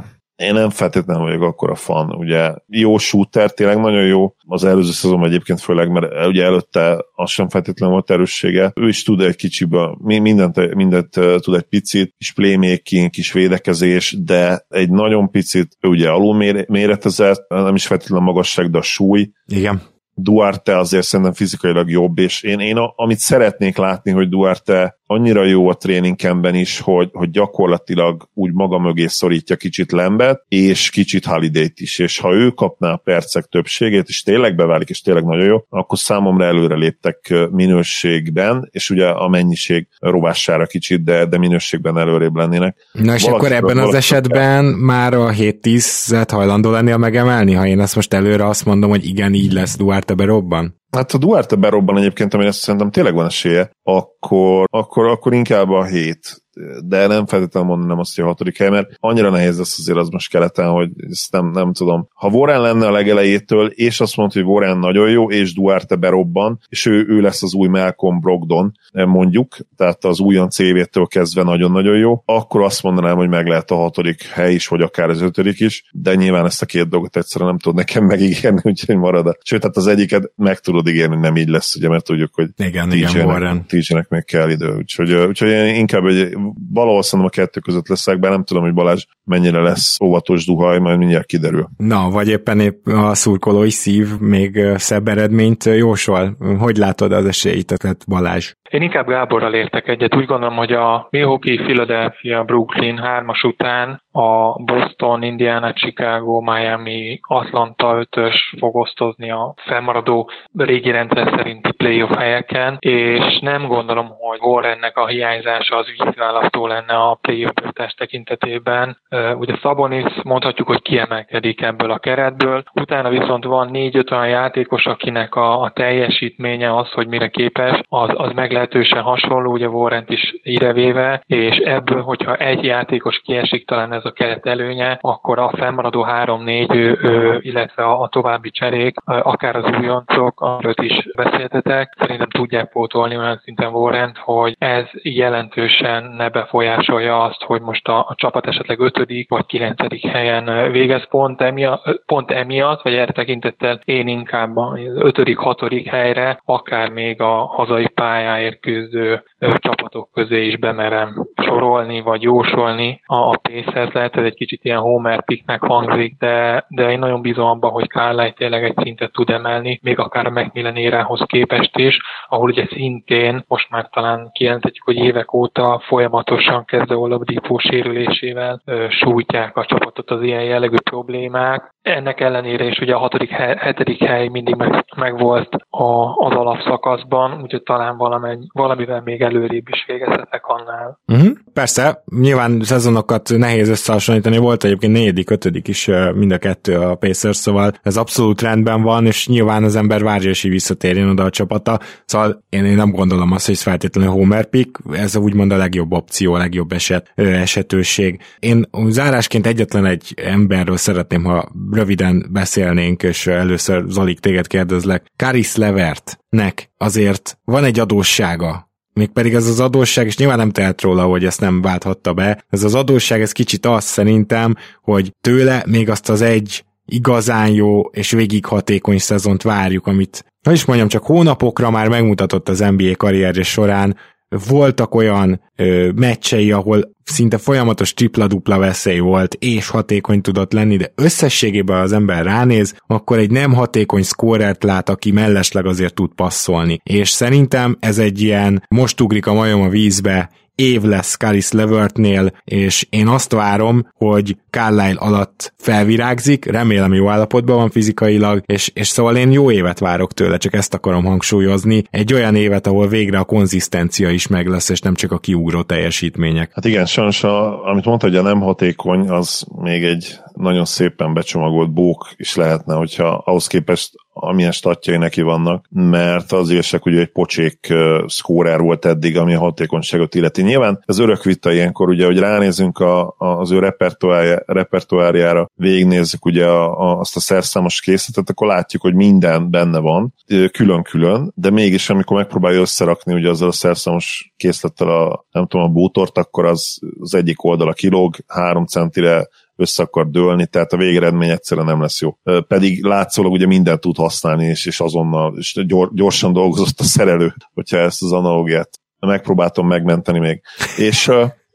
én nem feltétlenül vagyok akkora fan, ugye jó shooter, tényleg nagyon jó, az előző szezon egyébként főleg, mert ugye előtte az sem feltétlenül volt erőssége, ő is tud egy kicsibe, mindent tud egy picit, kis playmaking, kis védekezés, de egy nagyon picit, ugye alul méretezett, nem is feltétlenül a magasság, de a súly. Igen. Duarte azért szerintem fizikailag jobb, és én amit szeretnék látni, hogy Duarte annyira jó a tréningkemben is, hogy gyakorlatilag úgy maga mögé szorítja kicsit Lambet, és kicsit Holiday-t is, és ha ő kapná a percek többségét, és tényleg beválik, és tényleg nagyon jó, akkor számomra előre léptek minőségben, és ugye a mennyiség rovására kicsit, de minőségben előrébb lennének. Na és akkor ebben az esetben már a 7-10-et hajlandó lennél megemelni, ha én ezt most előre azt mondom, hogy igen, így lesz Duarte berobban? Hát ha Duarte berobban egyébként, ami ezt szerintem tényleg van esélye, akkor inkább a 7, de nem feltétlenül mondanám azt, hogy a 6. hely, mert annyira nehéz lesz azért az most keleten, hogy ezt nem tudom. Ha Warren lenne a legelejétől, és azt mondta, hogy Warren nagyon jó, és Duarte berobban, és ő lesz az új Malcolm Brogdon, mondjuk, tehát az újon CV-től kezdve nagyon-nagyon jó, akkor azt mondanám, hogy meg lehet a 6. hely is, vagy akár az 5. is, de nyilván ezt a két dolgot egyszerűen nem tud nekem megígérni, úgyhogy marad. Sőt, hát az egyiket meg tudod ígérni, hogy nem így lesz, ugye, mert tudjuk, hogy TJ-nek még kell idő. Úgyhogy én inkább valahol szerintem a kettő között leszek, bár nem tudom, hogy Balázs mennyire lesz óvatos duhaj, majd mindjárt kiderül. Na, vagy éppen a szurkolói szív még szebb eredményt jósol. Hogy látod az esélyiteket, Balázs? Én inkább Gáborral értek egyet. Úgy gondolom, hogy a Milwaukee, Philadelphia, Brooklyn 3-as után a Boston, Indiana, Chicago, Miami, Atlanta 5-ös fog osztozni a fennmaradó régi rendszer szerinti playoff helyeken, és nem gondolom, hogy Warrennek a hiányzása az vízválasztó lenne a playoff jutás tekintetében. Ugye Sabonis mondhatjuk, hogy kiemelkedik ebből a keretből, utána viszont van 4-5 olyan játékos, akinek a teljesítménye az, hogy mire képes, az meglehetősen hasonló, ugye Warrent is idevéve, és ebből, hogyha egy játékos kiesik, talán ez a keret előnye, akkor a fennmaradó 3-4, illetve a további cserék, akár az újoncok, amiről is beszéltetek, szerintem tudják pótolni olyan szinten Warrent, hogy ez jelentősen ne befolyásolja azt, hogy most a csapat esetleg 5. vagy 9. helyen végez pont emiatt, vagy erre tekintettel én inkább az 5., 6. helyre, akár még a hazai pályáért küzdő csapatok közé is bemerem sorolni, vagy jósolni a Pacers. Lehet, ez egy kicsit ilyen Homer picknek hangzik, de én nagyon bízom abban, hogy Carlisle tényleg egy szintet tud emelni, még akár a Macmillan érához képest is, ahol ugye szintén most már talán kijelenthetjük, hogy évek óta folyamatosan kezdve Oladipo sérülésével sújtják a csapatot az ilyen jellegű problémák. Ennek ellenére is ugye a 6., 7. hely mindig meg volt az alapszakaszban, úgyhogy talán valamivel még előrébb is végezhetek annál. Persze, nyilván szezonokat nehéz összehasonlítani, volt egyébként 4., 5. is mind a kettő a Pacers, szóval ez abszolút rendben van, és nyilván az ember várja is, hogy visszatérjen oda a csapata, szóval én nem gondolom azt, hogy ez feltétlenül Homer pick, ez úgymond a legjobb opció, a legjobb esetőség. Én zárásként egyetlen egy emberről szeretném, ha röviden beszélnénk, és először Zalik, téged kérdezlek. Caris LeVertnek azért van egy adóssága, mégpedig ez az adósság, és nyilván nem tehet róla, hogy ezt nem válthatta be, ez az adósság, ez kicsit az szerintem, hogy tőle még azt az egy igazán jó és végig hatékony szezont várjuk, amit, hogy is mondjam, csak hónapokra már megmutatott az NBA karrierje során. Voltak olyan meccsei, ahol szinte folyamatos tripla-dupla veszély volt, és hatékony tudott lenni, de összességében az ember ránéz, akkor egy nem hatékony szkórert lát, aki mellesleg azért tud passzolni. És szerintem ez egy ilyen most ugrik a majom a vízbe év lesz Caris LeVertnél, és én azt várom, hogy Carlisle alatt felvirágzik, remélem jó állapotban van fizikailag, és szóval én jó évet várok tőle, csak ezt akarom hangsúlyozni. Egy olyan évet, ahol végre a konzisztencia is meg lesz, és nem csak a kiugró teljesítmények. Hát igen, sajnos, amit mondta, hogy a nem hatékony, az még egy nagyon szépen becsomagolt bók is lehetne, hogyha ahhoz képest amilyen statjai neki vannak, mert az igazság, hogy egy pocsék szkórer volt eddig, ami a hatékonyságot illeti. Nyilván ez örök vita ilyenkor, ugye, hogy ránézünk az ő repertoárjára, végignézzük ugye azt a szerszámos készletet, akkor látjuk, hogy minden benne van, külön-külön, de mégis amikor megpróbálja összerakni ugye azzal a szerszámos készlettel a bútort, akkor az egyik oldala kilóg, 3 centire össze akar dőlni, tehát a végeredmény egyszerűen nem lesz jó. Pedig látszólag ugye mindent tud használni, és azonnal és gyorsan dolgozott a szerelő, hogyha ezt az analógiát megpróbáltam megmenteni még. És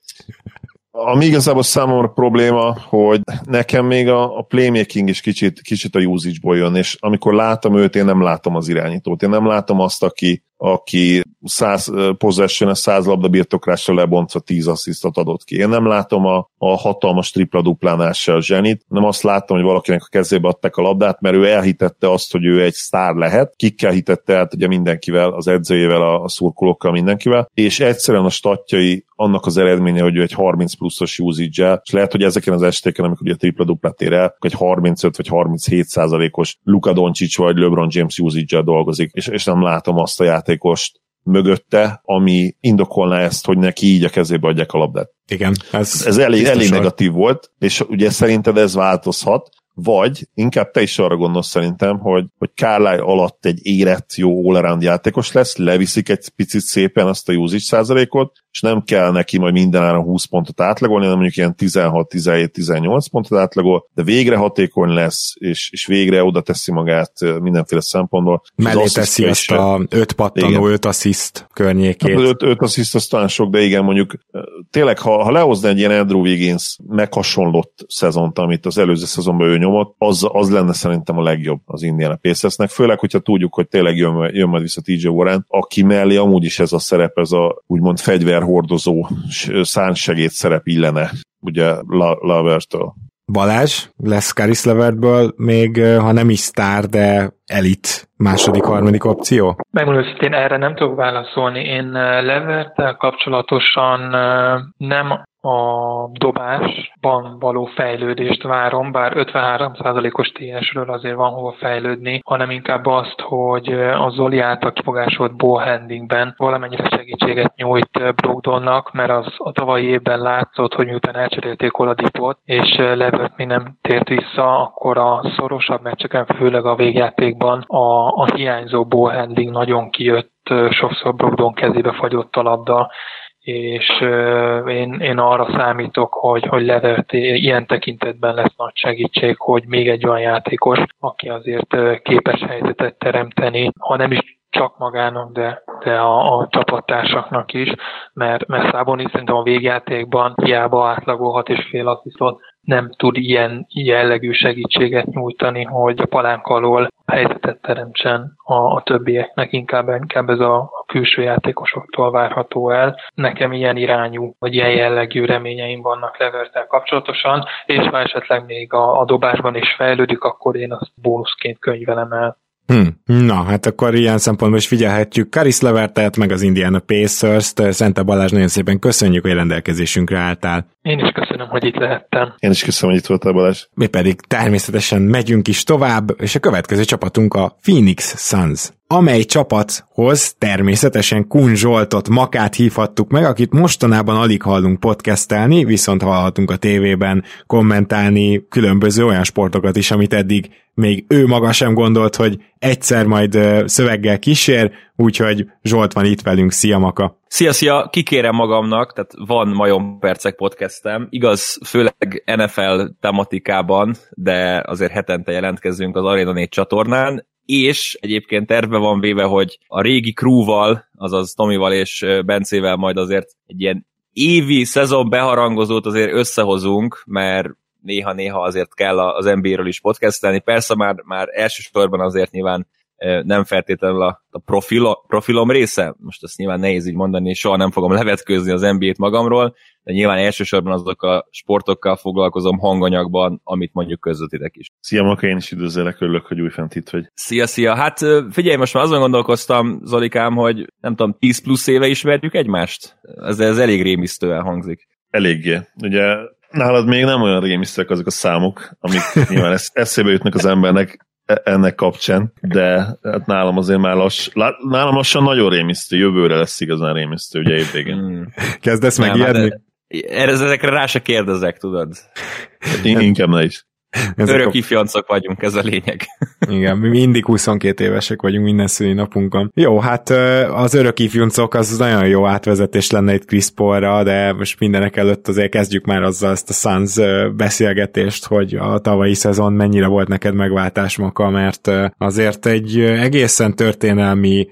ami igazából számomra probléma, hogy nekem még a playmaking is kicsit a usage-ból jön, és amikor látom őt, én nem látom az irányítót. Én nem látom azt, aki 100 possession-es 100 labda birtoklásra lebontva 10 asszisztot adott ki. Én nem látom a hatalmas tripla-duplánál se a zsenit, nem azt látom, hogy valakinek a kezébe adták a labdát, mert ő elhitette azt, hogy ő egy sztár lehet. Kikkel hitette el, ugye mindenkivel, az edzőjével, a szurkolókkal, mindenkivel, és egyszerűen a statjai annak az eredménye, hogy ő egy 30 pluszos usage-el, és lehet, hogy ezeken az estéken, amikor ugye a tripla-duplát ér el, egy 35 vagy 37%-os Luka Doncic vagy LeBron James usage-el dolgozik, és nem látom azt a játékost mögötte, ami indokolná ezt, hogy neki így a kezébe adják a labdát. Igen. Ez elég negatív volt, és ugye szerinted ez változhat, vagy inkább te is arra gondolsz szerintem, hogy Carlisle alatt egy érett jó all-around játékos lesz, leviszik egy picit szépen azt a usage százalékot, és nem kell neki majd mindenáron 20 pontot átlagolni, hanem mondjuk ilyen 16-17-18 pontot átlagol, de végre hatékony lesz, és végre oda teszi magát mindenféle szempontból. Mellé teszi azt a 5 pattanó, 5 assziszt környékét. 5 assziszt az talán sok, de igen, mondjuk tényleg, ha lehozna egy ilyen Andrew Wiggins meghasonlott szezont, amit az előző szezonban ő nyomott, az lenne szerintem a legjobb az Indiana Pacersnek, főleg, hogyha tudjuk, hogy tényleg jön majd vissza TJ Warren, aki mellé amúgy is ez a szerep, ez a úgymond fegyverhordozó szárnysegéd szerep illene, ugye Leverttől. Balázs, lesz Caris LeVertből még, ha nem is sztár, de elit második, harmadik opció? Megmondom őszintén, erre nem tudok válaszolni. Én Leverttel kapcsolatosan nem a dobásban való fejlődést várom, bár 53%-os TS-ről azért van hova fejlődni, hanem inkább azt, hogy a Zoli által kifogásolt ballhandlingben valamennyire segítséget nyújt Brogdonnak, mert az a tavalyi évben látszott, hogy miután elcserélték Oladipot, és Levert még nem tért vissza, akkor a szorosabb meccseken, főleg a végjátékban a hiányzó ballhandling nagyon kijött, sokszor Brogdon kezébe fagyott a labda, és én arra számítok, hogy Levert ilyen tekintetben lesz nagy segítség, hogy még egy olyan játékos, aki azért képes helyzetet teremteni, ha nem is csak magának, de a csapattársaknak is, mert Sabonis szerintem a végjátékban hiába átlagol 6,5 asszisztot, nem tud ilyen jellegű segítséget nyújtani, hogy a palánk alól helyzetet teremtsen a többieknek, inkább ez a külső játékosoktól várható el. Nekem ilyen irányú, vagy ilyen jellegű reményeim vannak Leverttel kapcsolatosan, és ha esetleg még a dobásban is fejlődik, akkor én azt bónuszként könyvelem el. Na, hát akkor ilyen szempontból is figyelhetjük Caris LeVertet, meg az Indiana Pacers-t. Szente Balázs, nagyon szépen köszönjük, hogy rendelkezésünkre álltál. Én is köszönöm, hogy itt lehettem. Én is köszönöm, hogy itt voltál, Balázs. Mi pedig természetesen megyünk is tovább, és a következő csapatunk a Phoenix Suns. amely csapathoz természetesen Kun Zsoltot, Makát hívhattuk meg, akit mostanában alig hallunk podcastelni, viszont hallhatunk a tévében kommentálni különböző olyan sportokat is, amit eddig még ő maga sem gondolt, hogy egyszer majd szöveggel kísér, úgyhogy Zsolt van itt velünk. Szia, Maka! Szia, kikérem magamnak, tehát van Majompercek podcastem, igaz, főleg NFL tematikában, de azért hetente jelentkezünk az Arena 4 csatornán, és egyébként terve van véve, hogy a régi crewval, azaz Tomival és Bencével majd azért egy ilyen évi szezon beharangozót azért összehozunk, mert néha-néha azért kell az NBA-ről is podcastelni. Persze már elsősorban azért nyilván nem feltétlenül a profilom része, most ezt nyilván nehéz így mondani, soha nem fogom levetkőzni az NBA-t magamról, de nyilván elsősorban azok a sportokkal foglalkozom hanganyagban, amit mondjuk közvetítek is. Szia, Maka, én is üdvözlök, örülök, hogy újfent itt vagy. Szia! Hát figyelj, most már azon gondolkoztam, Zolikám, hogy nem tudom, 10 plusz éve ismerjük egymást? Ez elég rémisztően hangzik. Eléggé. Ugye nálad még nem olyan rémisztőek azok a számok, amik nyilván eszébe jutnak az embernek ennek kapcsán, de hát nálam azért már nálam lassan nagyon rémisztő, jövőre lesz igazán rémisztő, ugye évvégén. Kezdesz megijedni? Ezekre rá se kérdezek, tudod. Inkább ne is. Örök ifjancok vagyunk, ez a lényeg. Igen, mi mindig 22 évesek vagyunk minden szülinapunkon. Jó, hát az örök ifjuncok az nagyon jó átvezetés lenne itt Chris Paulra, de most mindenek előtt azért kezdjük már azzal ezt a Suns beszélgetést, hogy a tavalyi szezon mennyire volt neked megváltás, Maka, mert azért egy egészen történelmi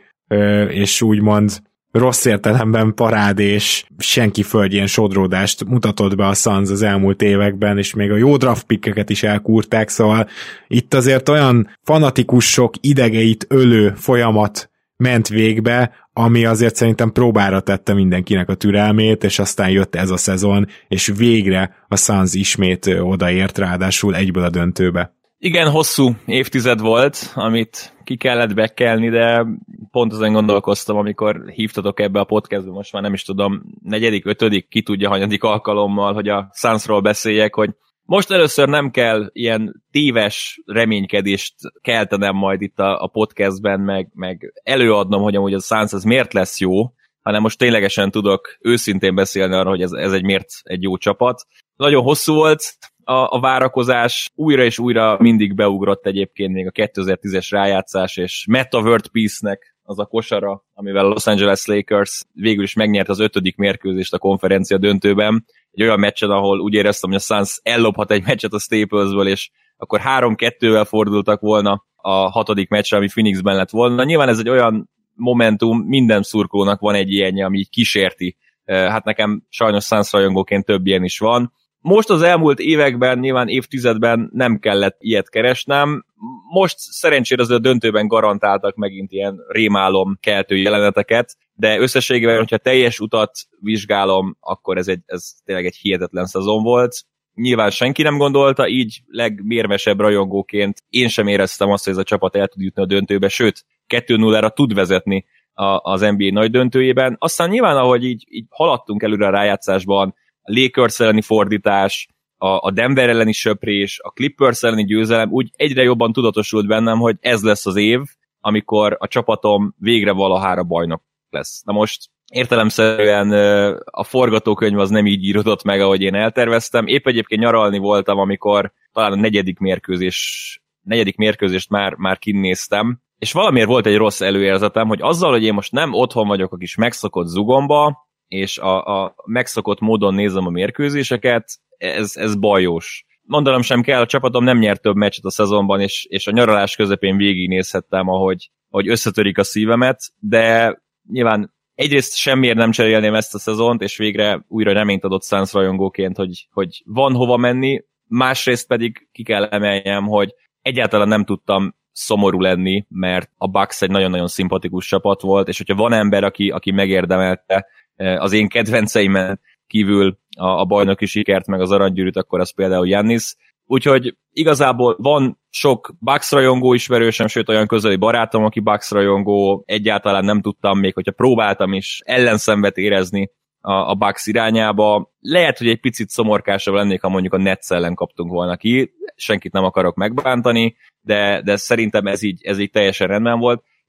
és úgymond rossz értelemben parád és senki földjén sodródást mutatott be a Suns az elmúlt években, és még a jó draft pickeket is elkúrták, szóval itt azért olyan fanatikusok idegeit ölő folyamat ment végbe, ami azért szerintem próbára tette mindenkinek a türelmét, és aztán jött ez a szezon, és végre a Suns ismét odaért, ráadásul egyből a döntőbe. Igen, hosszú évtized volt, amit ki kellett bekkelni, de pont azon gondolkoztam, amikor hívtatok ebbe a podcastbe, most már nem is tudom, 4., 5., ki tudja hanyadik alkalommal, hogy a Sunsról beszéljek, hogy most először nem kell ilyen téves reménykedést keltenem majd itt a podcastben, meg előadnom, hogy amúgy a Suns ez miért lesz jó, hanem most ténylegesen tudok őszintén beszélni arra, hogy ez miért egy jó csapat. Nagyon hosszú volt a várakozás, újra és újra mindig beugrott egyébként még a 2010-es rájátszás, és Metta World Peace-nek az a kosara, amivel a Los Angeles Lakers végül is megnyert az 5. mérkőzést a konferencia döntőben. Egy olyan meccsen, ahol úgy éreztem, hogy a Suns ellophat egy meccset a Staplesből, és akkor 3-2-vel fordultak volna a 6. meccsre, ami Phoenixben lett volna. Nyilván ez egy olyan momentum, minden szurkolónak van egy ilyenje, ami így kísérti. Hát nekem sajnos Suns rajongóként több ilyen is van. Most az elmúlt években, nyilván évtizedben nem kellett ilyet keresnem. Most szerencsére az a döntőben garantáltak megint ilyen rémálom keltő jeleneteket, de összességében, hogyha teljes utat vizsgálom, akkor ez tényleg egy hihetetlen szezon volt. Nyilván senki nem gondolta, így legmérmesebb rajongóként én sem éreztem azt, hogy ez a csapat el tud jutni a döntőbe, sőt, 2-0-ra tud vezetni az NBA nagy döntőjében. Aztán nyilván, ahogy így haladtunk előre a rájátszásban, a Lakers elleni fordítás, a Denver elleni söprés, a Clippers elleni győzelem, úgy egyre jobban tudatosult bennem, hogy ez lesz az év, amikor a csapatom végre valahára bajnok lesz. Na most értelemszerűen a forgatókönyv az nem így írodott meg, ahogy én elterveztem. Épp egyébként nyaralni voltam, amikor talán a negyedik mérkőzést már kinéztem, és valamiért volt egy rossz előérzetem, hogy azzal, hogy én most nem otthon vagyok a kis megszokott zugomba, és a megszokott módon nézem a mérkőzéseket, ez bajos. Mondanom sem kell, a csapatom nem nyert több meccset a szezonban, és a nyaralás közepén végignézhettem, ahogy összetörik a szívemet, de nyilván egyrészt semmiért nem cserélném ezt a szezont, és végre újra reményt adott Suns rajongóként, hogy van hova menni, másrészt pedig ki kell emeljem, hogy egyáltalán nem tudtam szomorú lenni, mert a Bucks egy nagyon-nagyon szimpatikus csapat volt, és hogyha van ember, aki megérdemelte az én kedvenceimen kívül a bajnoki sikert, meg az aranygyűrűt, akkor az például Giannis. Úgyhogy igazából van sok Bucks rajongó ismerősem, sőt olyan közeli barátom, aki Bucks rajongó, egyáltalán nem tudtam még, hogyha próbáltam is ellenszenvet érezni a Bucks irányába. Lehet, hogy egy picit szomorkásabb lennék, ha mondjuk a Nets ellen kaptunk volna ki, senkit nem akarok megbántani, de szerintem ez így teljesen rendben volt.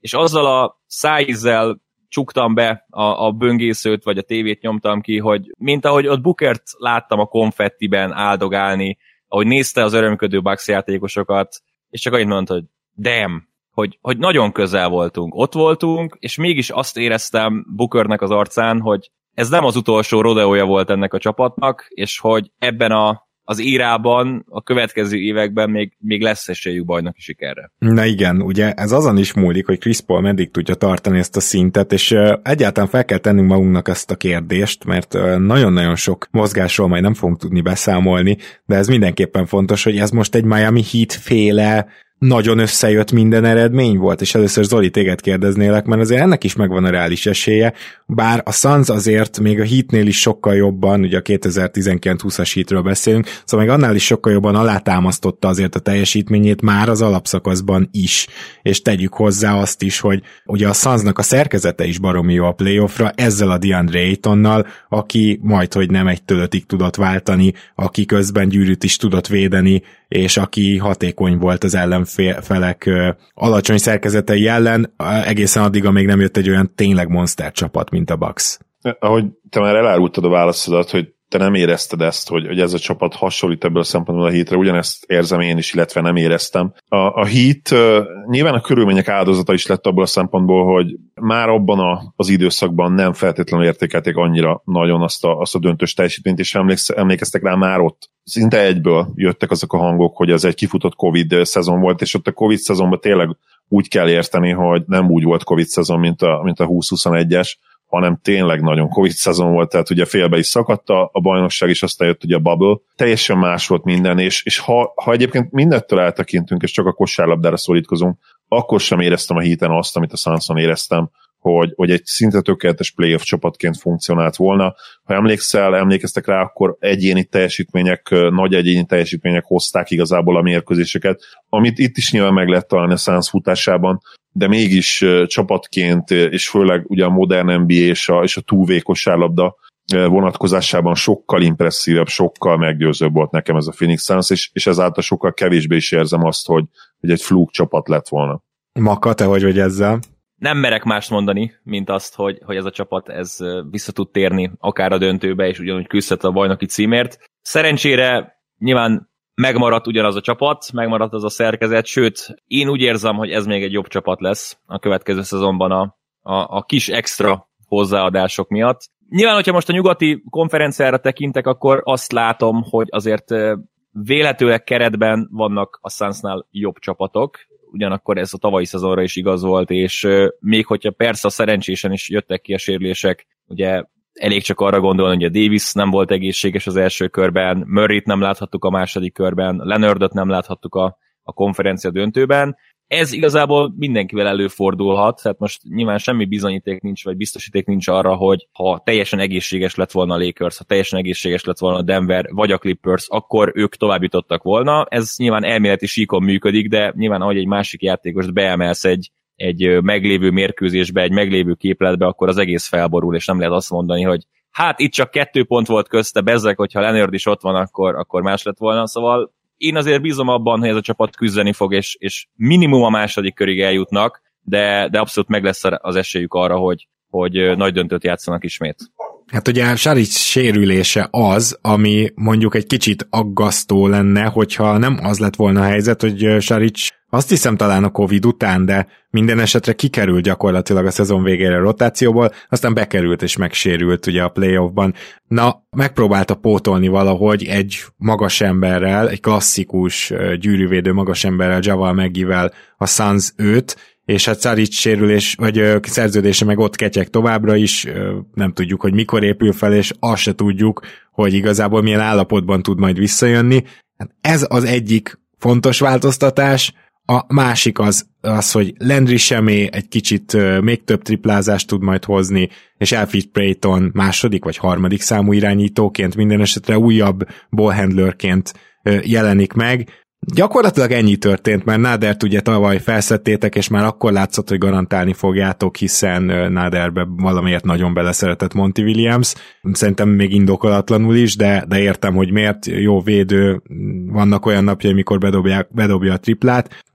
és azzal a szájízzel csuktam be a böngészőt, vagy a tévét nyomtam ki, hogy mint ahogy ott Bookert láttam a konfettiben áldogálni, ahogy nézte az örömködő Bucks játékosokat, és csak annyit mondta, hogy damn, hogy nagyon közel voltunk, ott voltunk, és mégis azt éreztem Bookernek az arcán, hogy ez nem az utolsó rodeója volt ennek a csapatnak, és hogy ebben az írában, a következő években még lesz esélyük bajnoki sikerre. Na igen, ugye ez azon is múlik, hogy Chris Paul meddig tudja tartani ezt a szintet, és egyáltalán fel kell tennünk magunknak ezt a kérdést, mert nagyon-nagyon sok mozgásról majd nem fogunk tudni beszámolni, de ez mindenképpen fontos, hogy ez most egy Miami Heat féle nagyon összejött minden eredmény volt, és először Zoli, téged kérdeznélek, mert azért ennek is megvan a reális esélye, bár a Suns azért még a Heatnél is sokkal jobban, ugye a 2019-20-as Heatről beszélünk, szóval még annál is sokkal jobban alátámasztotta azért a teljesítményét már az alapszakaszban is, és tegyük hozzá azt is, hogy ugye a Sunsnak a szerkezete is baromi jó a playoffra, ezzel a DeAndre Aytonnal, aki majdhogy nem 1-5-ig tudott váltani, aki közben gyűrűt is tudott védeni, és aki hatékony volt az ellenfelek alacsony szerkezetei ellen, egészen addig, amíg nem jött egy olyan tényleg monster csapat, mint a Bucks. Ahogy te már elárultad a válaszodat, hogy te nem érezted ezt, hogy ez a csapat hasonlít ebből a szempontból a Heatre, ugyanezt érzem én is, illetve nem éreztem. A Heat nyilván a körülmények áldozata is lett abból a szempontból, hogy már abban az időszakban nem feltétlenül értékelték annyira nagyon azt a döntős teljesítményt, és emlékeztek rá már ott. Szinte egyből jöttek azok a hangok, hogy ez egy kifutott Covid szezon volt, és ott a Covid szezonban tényleg úgy kell érteni, hogy nem úgy volt Covid szezon, mint a 2021-es, hanem tényleg nagyon Covid szezon volt, tehát ugye félbe is szakadt a bajnokság, és aztán jött ugye a bubble. Teljesen más volt minden, és ha egyébként mindettől eltekintünk, és csak a kosárlabdára szorítkozunk, akkor sem éreztem a Heaten azt, amit a Sunson éreztem, hogy egy szinte tökéletes playoff csapatként funkcionált volna. Ha emlékeztek rá, akkor egyéni teljesítmények, nagy egyéni teljesítmények hozták igazából a mérkőzéseket, amit itt is nyilván meg lehet találni a Suns futásában, de mégis csapatként, és főleg ugye a modern NBA és a two-way kosárlabda vonatkozásában sokkal impresszívebb, sokkal meggyőzőbb volt nekem ez a Phoenix Suns, és ezáltal sokkal kevésbé is érzem azt, hogy egy flúk csapat lett volna. Maka, te hogy vagy ezzel? Nem merek mást mondani, mint azt, hogy ez a csapat vissza tud térni akár a döntőbe, és ugyanúgy küzdhet a bajnoki címért. Szerencsére nyilván megmaradt ugyanaz a csapat, megmaradt az a szerkezet, sőt, én úgy érzem, hogy ez még egy jobb csapat lesz a következő szezonban a kis extra hozzáadások miatt. Nyilván, hogyha most a nyugati konferenciára tekintek, akkor azt látom, hogy azért véletőleg keretben vannak a Sunsnál jobb csapatok, ugyanakkor ez a tavalyi szezonra is igaz volt, és még hogyha persze a szerencsésen is jöttek ki a sérülések, ugye elég csak arra gondolni, hogy a Davis nem volt egészséges az első körben, Murrayt nem láthattuk a második körben, Leonardot nem láthattuk a konferencia döntőben. Ez igazából mindenkivel előfordulhat, tehát most nyilván semmi bizonyíték nincs, vagy biztosíték nincs arra, hogy ha teljesen egészséges lett volna a Lakers, ha teljesen egészséges lett volna a Denver, vagy a Clippers, akkor ők tovább jutottak volna. Ez nyilván elméleti síkon működik, de nyilván ahogy egy másik játékost beemelsz egy meglévő mérkőzésbe, egy meglévő képletbe, akkor az egész felborul, és nem lehet azt mondani, hogy hát itt csak 2 pont volt közte, bezzeg, hogyha Leonard is ott van, akkor más lett volna, szóval én azért bízom abban, hogy ez a csapat küzdeni fog, és minimum a második körig eljutnak, de abszolút meg lesz az esélyük arra, hogy nagy döntőt játszanak ismét. Hát ugye Saric sérülése az, ami mondjuk egy kicsit aggasztó lenne, hogyha nem az lett volna a helyzet, hogy Saric azt hiszem talán a Covid után, de minden esetre kikerült gyakorlatilag a szezon végére a rotációból, aztán bekerült és megsérült ugye a playoffban. Na, megpróbálta pótolni valahogy egy magas emberrel, egy klasszikus gyűrűvédő magas emberrel, Javal McGee-vel a Suns 5, és hát Saric sérülés, vagy szerződése meg ott ketyeg továbbra is, nem tudjuk, hogy mikor épül fel, és azt se tudjuk, hogy igazából milyen állapotban tud majd visszajönni. Ez az egyik fontos változtatás, a másik az, hogy Landry Shamet egy kicsit még több triplázást tud majd hozni, és Elfrid Payton második vagy harmadik számú irányítóként, minden esetre újabb ballhandlerként jelenik meg. Gyakorlatilag ennyi történt, mert Nadert ugye tavaly felszedtétek, és már akkor látszott, hogy garantálni fogjátok, hiszen Naderbe valamiért nagyon beleszeretett Monty Williams. Szerintem még indokolatlanul is, de értem, hogy miért. Jó védő, vannak olyan napjai, amikor bedobja a triplát.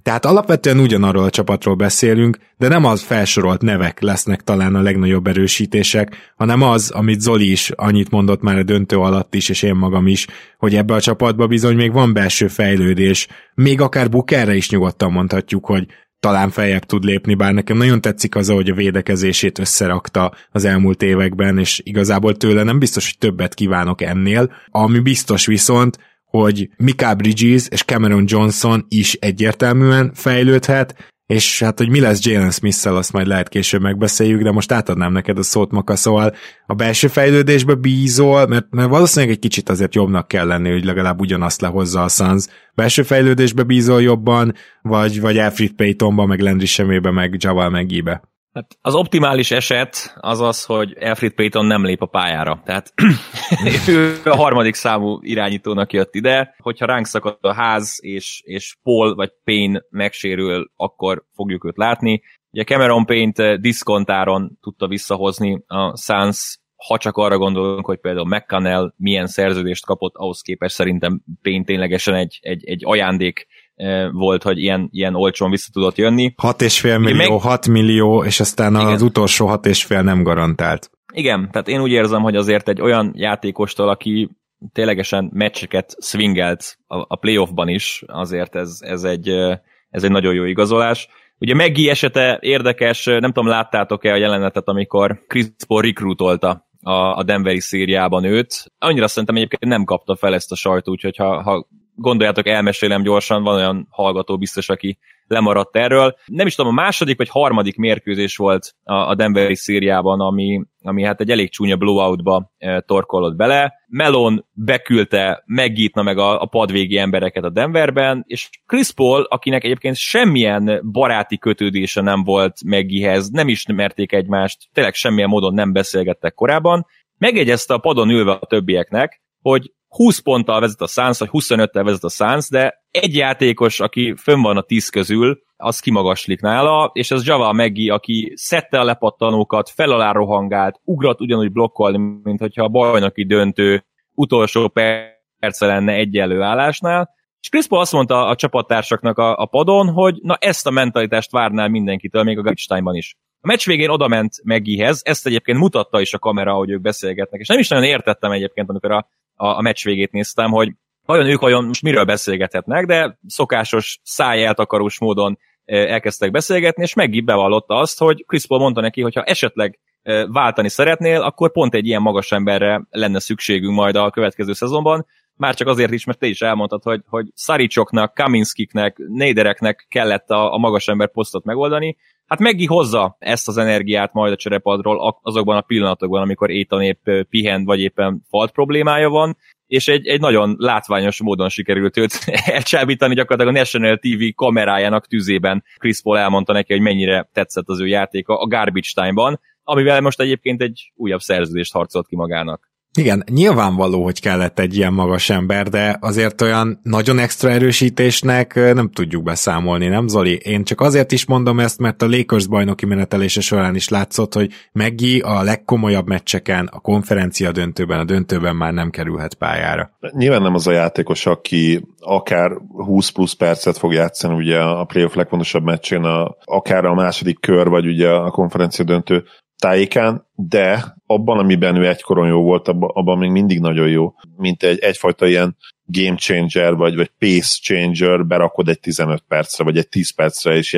Tehát alapvetően ugyanarról a csapatról beszélünk, de nem az felsorolt nevek lesznek talán a legnagyobb erősítések, hanem az, amit Zoli is annyit mondott már a döntő alatt is, és én magam is, hogy ebbe a csapatba bizony még van belső fejlődés. Még akár Bookerre is nyugodtan mondhatjuk, hogy talán feljebb tud lépni, bár nekem nagyon tetszik az, hogy a védekezését összerakta az elmúlt években, és igazából tőle nem biztos, hogy többet kívánok ennél. Ami biztos viszont, hogy Mikal Bridges és Cameron Johnson is egyértelműen fejlődhet, és hát, hogy mi lesz Jalen Smith-szel, azt majd lehet később megbeszéljük, de most átadnám neked a szót, Maka, szóval a belső fejlődésbe bízol, mert valószínűleg egy kicsit azért jobbnak kell lenni, hogy legalább ugyanazt lehozza a Suns. Belső fejlődésbe bízol jobban, vagy Elfrid Paytonba, meg Landry Shametbe, meg Javal McGee-be? Hát az optimális eset az az, hogy Elfrid Payton nem lép a pályára. Tehát ő a harmadik számú irányítónak jött ide, hogyha ránk szakad a ház, és Paul vagy Payne megsérül, akkor fogjuk őt látni. Ugye Cameron Payne-t diszkontáron tudta visszahozni a Suns, ha csak arra gondolunk, hogy például McConnell milyen szerződést kapott, ahhoz képest szerintem Payne ténylegesen egy ajándék volt, hogy ilyen olcsón vissza tudott jönni. 6,5 millió, 6 millió, és aztán igen, az utolsó 6,5 nem garantált. Igen, tehát én úgy érzem, hogy azért egy olyan játékostól, aki ténylegesen meccseket swingelt a playoffban is, azért ez egy nagyon jó igazolás. Ugye McGee esete érdekes, nem tudom, láttátok-e a jelenetet, amikor Chris Paul recruitolta a Denveri szériában őt. Annyira szerintem egyébként nem kapta fel ezt a sajtó, úgyhogy ha gondoljátok, elmesélem gyorsan, van olyan hallgató biztos, aki lemaradt erről. Nem is tudom, a második vagy harmadik mérkőzés volt a Denveri szériában, ami hát egy elég csúnya blowoutba torkollott bele. Melon beküldte McGee-t meg a padvégi embereket a Denverben, és Chris Paul, akinek egyébként semmilyen baráti kötődése nem volt McGee-hez, nem ismerték egymást, tényleg semmilyen módon nem beszélgettek korábban, megjegyezte a padon ülve a többieknek, hogy 20 ponttal vezet a Suns, vagy 25-tel vezet a Suns, de egy játékos, aki fönn van a 10 közül, az kimagaslik nála, és ez Javal McGee, aki szedte a lepattanókat, fel alá rohangált, ugrott ugyanúgy blokkolni, mint hogyha a bajnoki döntő utolsó perce lenne egyenlő állásnál, és Chris Paul azt mondta a csapattársaknak a padon, hogy na ezt a mentalitást várnál mindenkitől, még a garbage time-ban is. A meccs végén odament McGeehez, ezt egyébként mutatta is a kamera, hogy ők beszélgetnek, és nem is nagyon értettem egyébként, amikor a meccs végét néztem, hogy ők most miről beszélgethetnek, de szokásos szájeltakarós módon elkezdtek beszélgetni, és McGee bevallotta azt, hogy Chris Paul mondta neki, hogy ha esetleg váltani szeretnél, akkor pont egy ilyen magas emberre lenne szükségünk majd a következő szezonban, már csak azért is, mert te is elmondtad, hogy Saricoknak, Kaminskiknek, Nadereknek kellett a magas ember posztot megoldani. Hát McGee hozza ezt az energiát majd a cserepadról azokban a pillanatokban, amikor Ayton épp pihen, vagy éppen falt problémája van, és egy nagyon látványos módon sikerült őt elcsábítani gyakorlatilag a National TV kamerájának tüzében. Chris Paul elmondta neki, hogy mennyire tetszett az ő játéka a garbage time-ban, amivel most egyébként egy újabb szerződést harcolt ki magának. Igen, nyilvánvaló, hogy kellett egy ilyen magas ember, de azért olyan nagyon extra erősítésnek nem tudjuk beszámolni, nem Zoli? Én csak azért is mondom ezt, mert a Lakers bajnoki menetelése során is látszott, hogy McGee a legkomolyabb meccseken, a konferencia döntőben, a döntőben már nem kerülhet pályára. Nyilván nem az a játékos, aki akár 20 plusz percet fog játszani ugye a playoff legfontosabb meccsén, akár a második kör, vagy ugye a konferencia döntő tájékán, de abban, amiben ő egykoron jó volt, abban még mindig nagyon jó, mint egyfajta ilyen game changer, vagy pace changer, berakod egy 15 percre, vagy egy 10 percre, és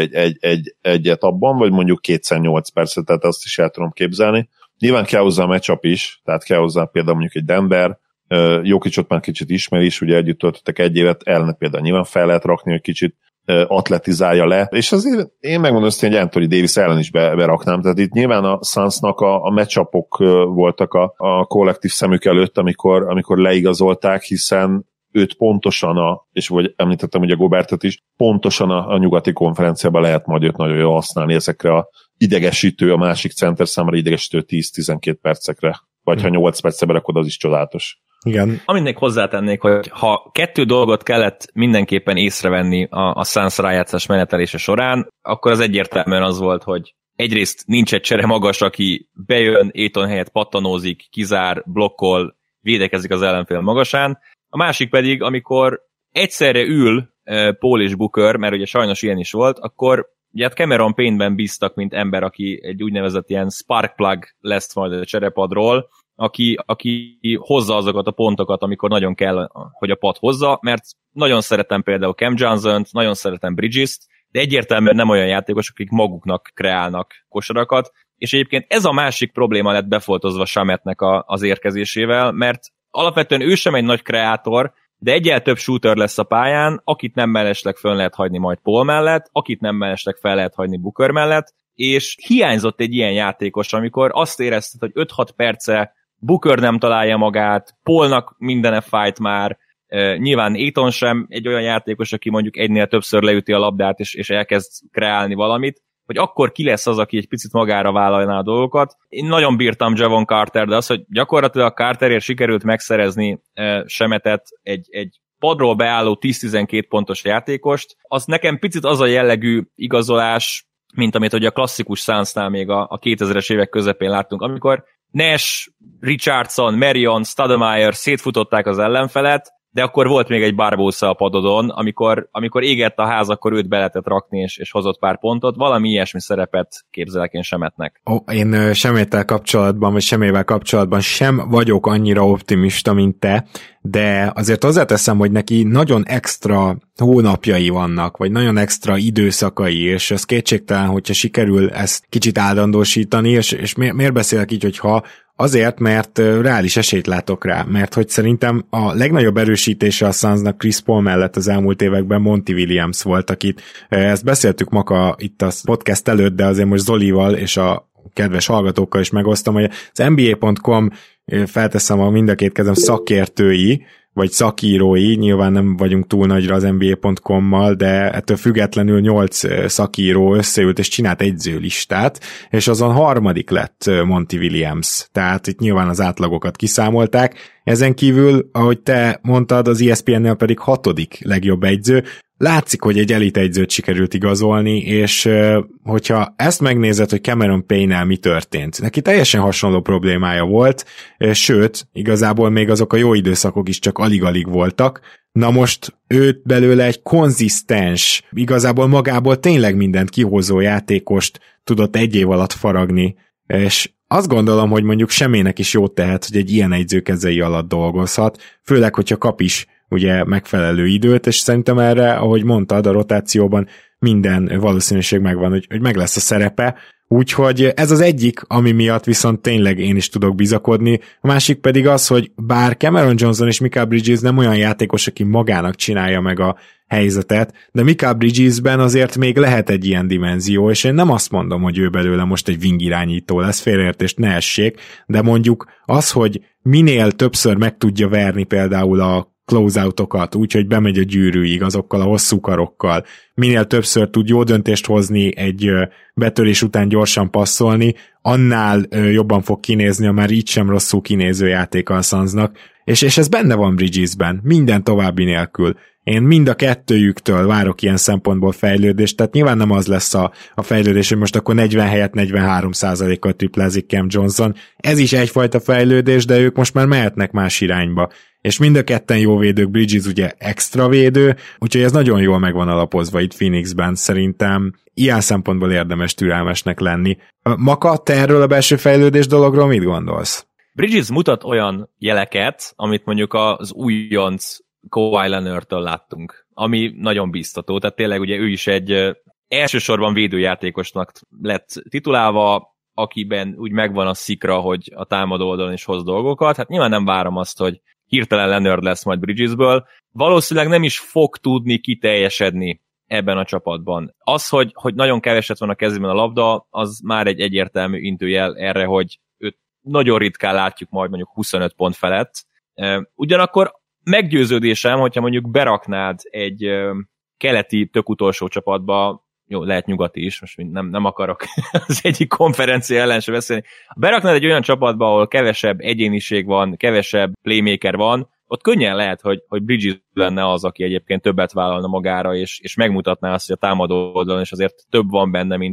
egyet abban, vagy mondjuk 2x8 percre, tehát azt is el tudom képzelni. Nyilván kell hozzá a matchup is, tehát kell hozzá például mondjuk egy Denver, Jokićot már kicsit ismer is, ugye együtt töltöttek egy évet, ellene például nyilván fel lehet rakni, hogy kicsit atletizálja le, és azért én megmondom azt, hogy Anthony Davis ellen is beraknám, tehát itt nyilván a Sunsnak a matchupok voltak a kollektív szemük előtt, amikor leigazolták, hiszen őt pontosan és vagy említettem ugye Gobertet is, pontosan a nyugati konferenciában lehet majd őt nagyon jól használni ezekre a idegesítő, a másik center számára idegesítő 10-12 percekre, vagy ha 8 percre berakod, az is csodálatos. Igen. Amit még hozzátennék, hogy ha 2 dolgot kellett mindenképpen észrevenni a Suns rájátszás menetelése során, akkor az egyértelműen az volt, hogy egyrészt nincs egy csere magas, aki bejön, Ayton helyett pattanózik, kizár, blokkol, védekezik az ellenfél magasán. A másik pedig, amikor egyszerre ül Paul és Booker, mert ugye sajnos ilyen is volt, akkor ugye hát Cameron Payne-ben bíztak, mint ember, aki egy úgynevezett ilyen spark plug lesz majd a cserepadról, aki hozza azokat a pontokat, amikor nagyon kell, hogy a pad hozza, mert nagyon szeretem például Cam Johnson-t, nagyon szeretem Bridges-t, de egyértelműen nem olyan játékosok, akik maguknak kreálnak kosarakat, és egyébként ez a másik probléma lett befoltozva Shametnek az érkezésével, mert alapvetően ő sem egy nagy kreátor, de egyel több shooter lesz a pályán, akit nem mellesleg föl lehet hagyni majd Paul mellett, akit nem mellesleg fel lehet hagyni Booker mellett, és hiányzott egy ilyen játékos, amikor azt érezted, hogy 5-6 perce Booker nem találja magát, Paulnak mindene fájt már, nyilván Ayton sem egy olyan játékos, aki mondjuk egynél többször leüti a labdát, és elkezd kreálni valamit, hogy akkor ki lesz az, aki egy picit magára vállalná a dolgokat. Én nagyon bírtam Javon Carter, de az, hogy gyakorlatilag Carterért sikerült megszerezni Shametet egy padról beálló 10-12 pontos játékost, az nekem picit az a jellegű igazolás, mint amit ugye a klasszikus Sunsnál még a 2000-es évek közepén láttunk, amikor Nash, Richardson, Marion, Stoudemire szétfutották az ellenfelet, de akkor volt még egy Barbosa a padodon, amikor égett a ház, akkor őt be lehetett rakni, és hozott pár pontot. Valami ilyesmi szerepet képzelek én Shametnek. Én Shamettel kapcsolatban, vagy Shamével kapcsolatban sem vagyok annyira optimista, mint te, de azért hozzáteszem, hogy neki nagyon extra hónapjai vannak, vagy nagyon extra időszakai, és ez kétségtelen, hogyha sikerül ezt kicsit áldandósítani, és miért beszélek így, hogyha azért, mert reális esélyt látok rá, mert hogy szerintem a legnagyobb erősítése a Sunsnak Chris Paul mellett az elmúlt években Monty Williams volt, akit ezt beszéltük Maka itt a podcast előtt, de azért most Zolival és a kedves hallgatókkal is megosztom, hogy az NBA.com felteszem a mind a két kezem szakértői, vagy szakírói, nyilván nem vagyunk túl nagyra az NBA.com-mal, de ettől függetlenül 8 szakíró összeült és csinált egyzőlistát, és azon harmadik lett Monty Williams, tehát itt nyilván az átlagokat kiszámolták. Ezen kívül, ahogy te mondtad, az ESPN-nél pedig 6. legjobb egyző. Látszik, hogy egy elit egyzőt sikerült igazolni, és hogyha ezt megnézed, hogy Cameron Payne-nel mi történt, neki teljesen hasonló problémája volt, sőt, igazából még azok a jó időszakok is csak alig-alig voltak. Na most őt belőle egy konzisztens, igazából magából tényleg mindent kihozó játékost tudott egy év alatt faragni, és azt gondolom, hogy mondjuk Semének is jót tehet, hogy egy ilyen egyző kezei alatt dolgozhat, főleg, hogyha kap is ugye megfelelő időt, és szerintem erre, ahogy mondtad, a rotációban minden valószínűség megvan, hogy meg lesz a szerepe, úgyhogy ez az egyik, ami miatt viszont tényleg én is tudok bizakodni, a másik pedig az, hogy bár Cameron Johnson és Mikal Bridges nem olyan játékos, aki magának csinálja meg a helyzetet, de Mikal Bridgesben azért még lehet egy ilyen dimenzió, és én nem azt mondom, hogy ő belőle most egy wing irányító lesz, félreértést ne essék, de mondjuk az, hogy minél többször meg tudja verni például a close-outokat, úgyhogy bemegy a gyűrűig azokkal a hosszú karokkal, minél többször tud jó döntést hozni, egy betörés után gyorsan passzolni, annál jobban fog kinézni a már így sem rosszul kinéző játéka a Sunsnak, és ez benne van Bridgesben, minden további nélkül. Én mind a kettőjüktől várok ilyen szempontból fejlődést, tehát nyilván nem az lesz a fejlődés, hogy most akkor 40 helyett 43%-kal triplázik Cam Johnson. Ez is egyfajta fejlődés, de ők most már mehetnek más irányba. És mind a ketten jó védők, Bridges ugye extra védő, úgyhogy ez nagyon jól megvan alapozva itt Phoenixben, szerintem ilyen szempontból érdemes türelmesnek lenni. Maka, te erről a belső fejlődés dologról mit gondolsz? Bridges mutat olyan jeleket, amit mondjuk az újonc Kawhi Leonardtől láttunk, ami nagyon biztató, tehát tényleg ugye ő is egy elsősorban védőjátékosnak lett titulálva, akiben úgy megvan a szikra, hogy a támadó oldalon is hoz dolgokat, hát nyilván nem várom azt, hogy hirtelen Leonard lesz majd Bridgesből, valószínűleg nem is fog tudni kiteljesedni ebben a csapatban. Az, hogy nagyon keveset van a kezében a labda, az már egy egyértelmű intőjel erre, hogy őt nagyon ritkán látjuk majd mondjuk 25 pont felett. Ugyanakkor meggyőződésem, hogyha mondjuk beraknád egy keleti tök utolsó csapatba, jó, lehet nyugati is, most nem akarok az egyik konferencia ellen se beszélni. Beraknád egy olyan csapatba, ahol kevesebb egyéniség van, kevesebb playmaker van, ott könnyen lehet, hogy Bridges lenne az, aki egyébként többet vállalna magára, és megmutatná azt, hogy a támadó oldalon is azért több van benne, mint hogy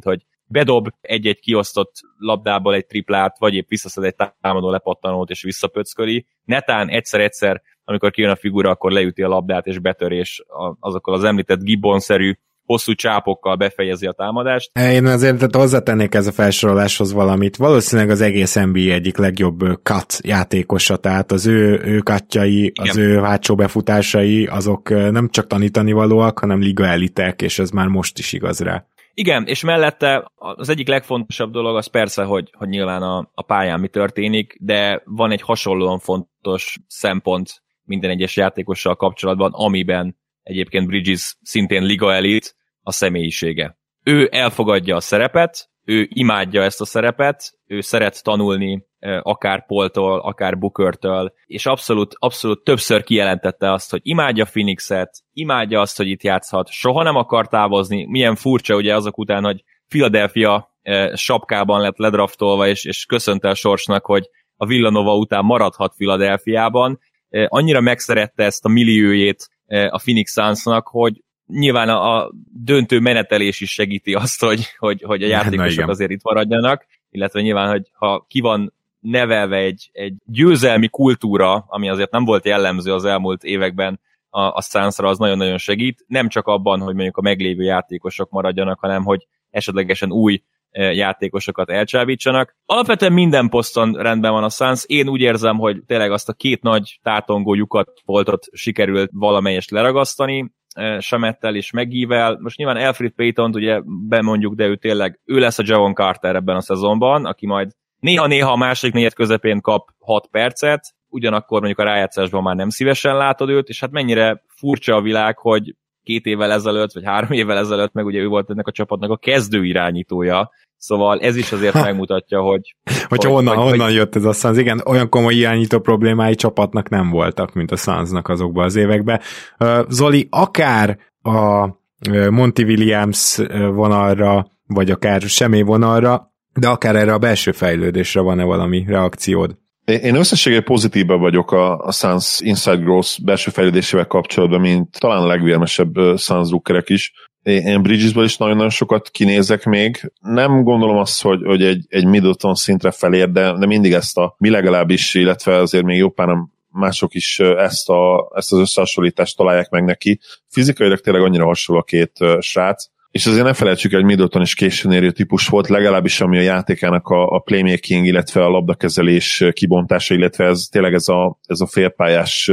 bedob egy-egy kiosztott labdából egy triplát, vagy épp visszaszed egy támadó lepattanót és visszapöcköli. Netán egyszer-egyszer, amikor kijön a figura, akkor leüti a labdát és betör, és azokkal az említett Gibbon-szerű hosszú csápokkal befejezi a támadást. Én azért hozzátennék ez a felsoroláshoz valamit. Valószínűleg az egész NBA egyik legjobb cut játékosa, tehát az ő cutjai, az ő hátsó befutásai, azok nem csak tanítani valóak, hanem liga elitek, és ez már most is igaz rá. Igen, és mellette az egyik legfontosabb dolog az persze, hogy nyilván a pályán mi történik, de van egy hasonlóan fontos szempont minden egyes játékossal kapcsolatban, amiben egyébként Bridges szintén liga elit, a személyisége. Ő elfogadja a szerepet, ő imádja ezt a szerepet, ő szeret tanulni akár Paultól, akár Bookertől, és abszolút többször kijelentette azt, hogy imádja Phoenixet, imádja azt, hogy itt játszhat, soha nem akar távozni. Milyen furcsa ugye azok után, hogy Philadelphia sapkában lett ledraftolva, és köszönte a sorsnak, hogy a Villanova után maradhat Philadelphiában. Annyira megszerette ezt a milliójét a Phoenix Sunsnak, hogy nyilván a döntő menetelés is segíti azt, hogy a játékosok azért itt maradjanak, illetve nyilván, hogy ha ki van nevelve egy győzelmi kultúra, ami azért nem volt jellemző az elmúlt években a Sunsra, az nagyon-nagyon segít. Nem csak abban, hogy mondjuk a meglévő játékosok maradjanak, hanem hogy esetlegesen új játékosokat elcsábítsanak. Alapvetően minden poszton rendben van a Suns. Én úgy érzem, hogy tényleg azt a két nagy tátongó lyukat voltot sikerült valamelyest leragasztani, Shamettel és Meggivel. Most nyilván Elfrid Paytont ugye bemondjuk, de ő lesz a Javon Carter ebben a szezonban, aki majd néha a második negyed közepén kap 6 percet, ugyanakkor mondjuk a rájátszásban már nem szívesen látod őt, és hát mennyire furcsa a világ, hogy 2 évvel ezelőtt, vagy 3 évvel ezelőtt, meg ugye ő volt ennek a csapatnak a kezdő irányítója, szóval ez is azért megmutatja, hogy honnan jött ez a Suns. Igen, olyan komoly irányító problémái csapatnak nem voltak, mint a Sunsnak azokban az években. Zoli, akár a Monty Williams vonalra, vagy akár semmi vonalra, de akár erre a belső fejlődésre van-e valami reakciód? Én összességében pozitívban vagyok a Suns Inside Growth belső fejlődésével kapcsolatban, mint talán a legvérmesebb Suns drukkerek is. Én Bridgesből is nagyon-nagyon sokat kinézek még. Nem gondolom azt, hogy egy Middleton szintre felér, de mindig mi legalábbis, illetve azért még jó páran mások is ezt az összehasonlítást találják meg neki. Fizikailag tényleg annyira hasonló a két srác, és azért ne felejtsük el, hogy Middleton is későn érő típus volt, legalábbis ami a játékának a playmaking, illetve a labdakezelés kibontása, illetve ez tényleg ez a félpályás,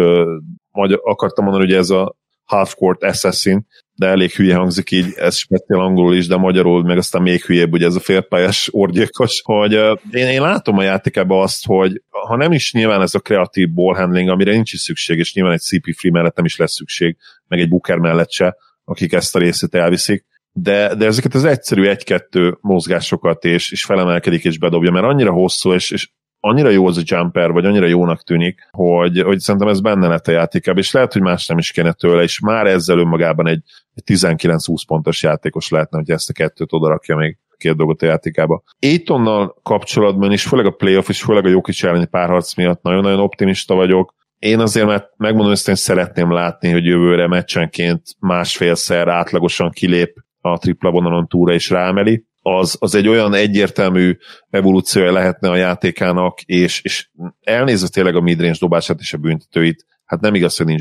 akartam mondani, hogy ez a half-court assassin, de elég hülye hangzik így, ez speciál angolul is, de magyarul meg aztán még hülyebb, ugye ez a félpályás orgyilkos, hogy én látom a játékában azt, hogy ha nem is nyilván ez a kreatív ballhandling, amire nincs is szükség, és nyilván egy CP3 mellett nem is lesz szükség, meg egy Booker mellett se, akik ezt a részét elviszik, de ezeket az egyszerű 1-2 mozgásokat és felemelkedik és bedobja, mert annyira hosszú, és annyira jó az a jumper, vagy annyira jónak tűnik, hogy szerintem ez benne lett a játékában, és lehet, hogy más nem is kéne tőle, és már ezzel önmagában egy 19-20 pontos játékos lehetne, hogy ezt a 2-t odarakja még 2 dolgot a játékába. Aitonnal kapcsolatban is, főleg a playoff, és főleg a Jokic elleni párharc miatt nagyon-nagyon optimista vagyok. Én azért, mert megmondom, hogy én szeretném látni, hogy jövőre meccsenként másfélszer átlagosan kilép a tripla vonalon túlra és ráemeli. Az egy olyan egyértelmű evolúciója lehetne a játékának, és elnézve tényleg a midrange dobását és a büntetőit, hát nem igaz, hogy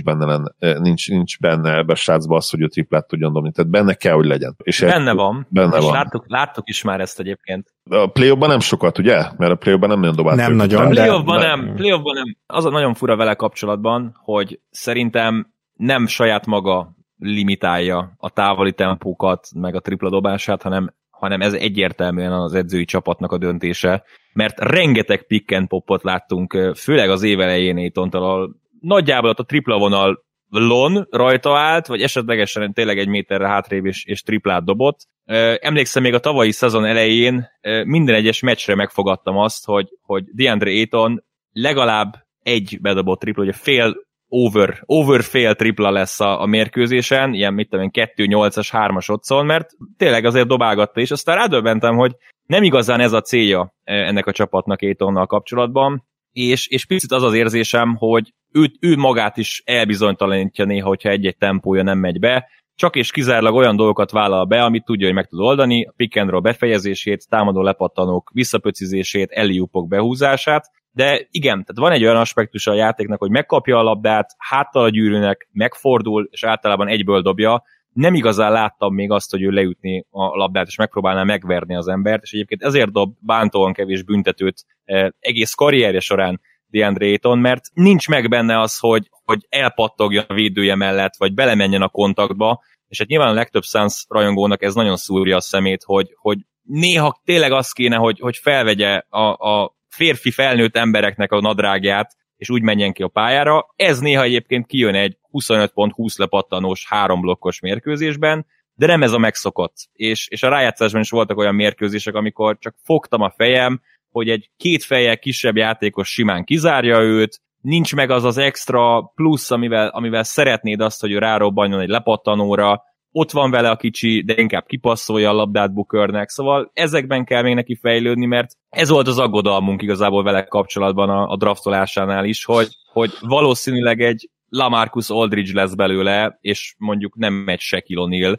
nincs benne ebben a srácban az, hogy a triplát tudjon dobni. Tehát benne kell, hogy legyen. És benne van. Láttuk is már ezt egyébként. A play-offban nem sokat, ugye? Mert a play-offban nem nagyon dobált. Nem nagyon. Play-offban nem. Az a nagyon fura vele kapcsolatban, hogy szerintem nem saját maga limitálja a távoli tempókat, meg a tripla dobását, hanem ez egyértelműen az edzői csapatnak a döntése, mert rengeteg pick and popot láttunk, főleg az év elején Aitontól, ahol nagyjából ott a tripla vonalon rajta állt, vagy esetlegesen tényleg egy méterre hátrébb és triplát dobott. Emlékszem, még a tavalyi szezon elején minden egyes meccsre megfogadtam azt, hogy DeAndre Ayton legalább egy bedobott tripla, ugye fél tripla lesz a mérkőzésen, ilyen 2-8-as, 3-as otthon, mert tényleg azért dobálgatta, és aztán rádöbbentem, hogy nem igazán ez a célja ennek a csapatnak Aitonnal kapcsolatban, és picit az érzésem, hogy ő magát is elbizonytalanítja néha, hogyha egy-egy tempója nem megy be. csak és kizárólag olyan dolgokat vállal be, amit tudja, hogy meg tud oldani, a pick and roll befejezését, támadó lepattanók visszapöcizését, alley-oopok behúzását, de igen, tehát van egy olyan aspektus a játéknak, hogy megkapja a labdát, háttal a gyűrűnek, megfordul, és általában egyből dobja. Nem igazán láttam még azt, hogy ő leütni a labdát, és megpróbálná megverni az embert, és egyébként ezért dob bántóan kevés büntetőt egész karrierje során DeAndre Ayton, mert nincs meg benne az, hogy elpattogjon a védője mellett, vagy belemenjen a kontaktba, és hát nyilván a legtöbb Suns rajongónak ez nagyon szúrja a szemét, hogy néha tényleg az kéne, hogy felvegye a férfi felnőtt embereknek a nadrágját, és úgy menjen ki a pályára. Ez néha egyébként kijön egy 25.20 lepattanós 3 blokkos mérkőzésben, de nem ez a megszokott. És a rájátszásban is voltak olyan mérkőzések, amikor csak fogtam a fejem, hogy egy 2 fejjel kisebb játékos simán kizárja őt, nincs meg az extra plusz, amivel szeretnéd azt, hogy ő rárobbanjon egy lepattanóra, ott van vele a kicsi, de inkább kipasszolja a labdát Bookernek, szóval ezekben kell még neki fejlődni, mert ez volt az aggodalmunk igazából vele kapcsolatban a draftolásánál is, hogy valószínűleg egy LaMarcus Aldridge lesz belőle, és mondjuk nem egy Shaquille O'Neal,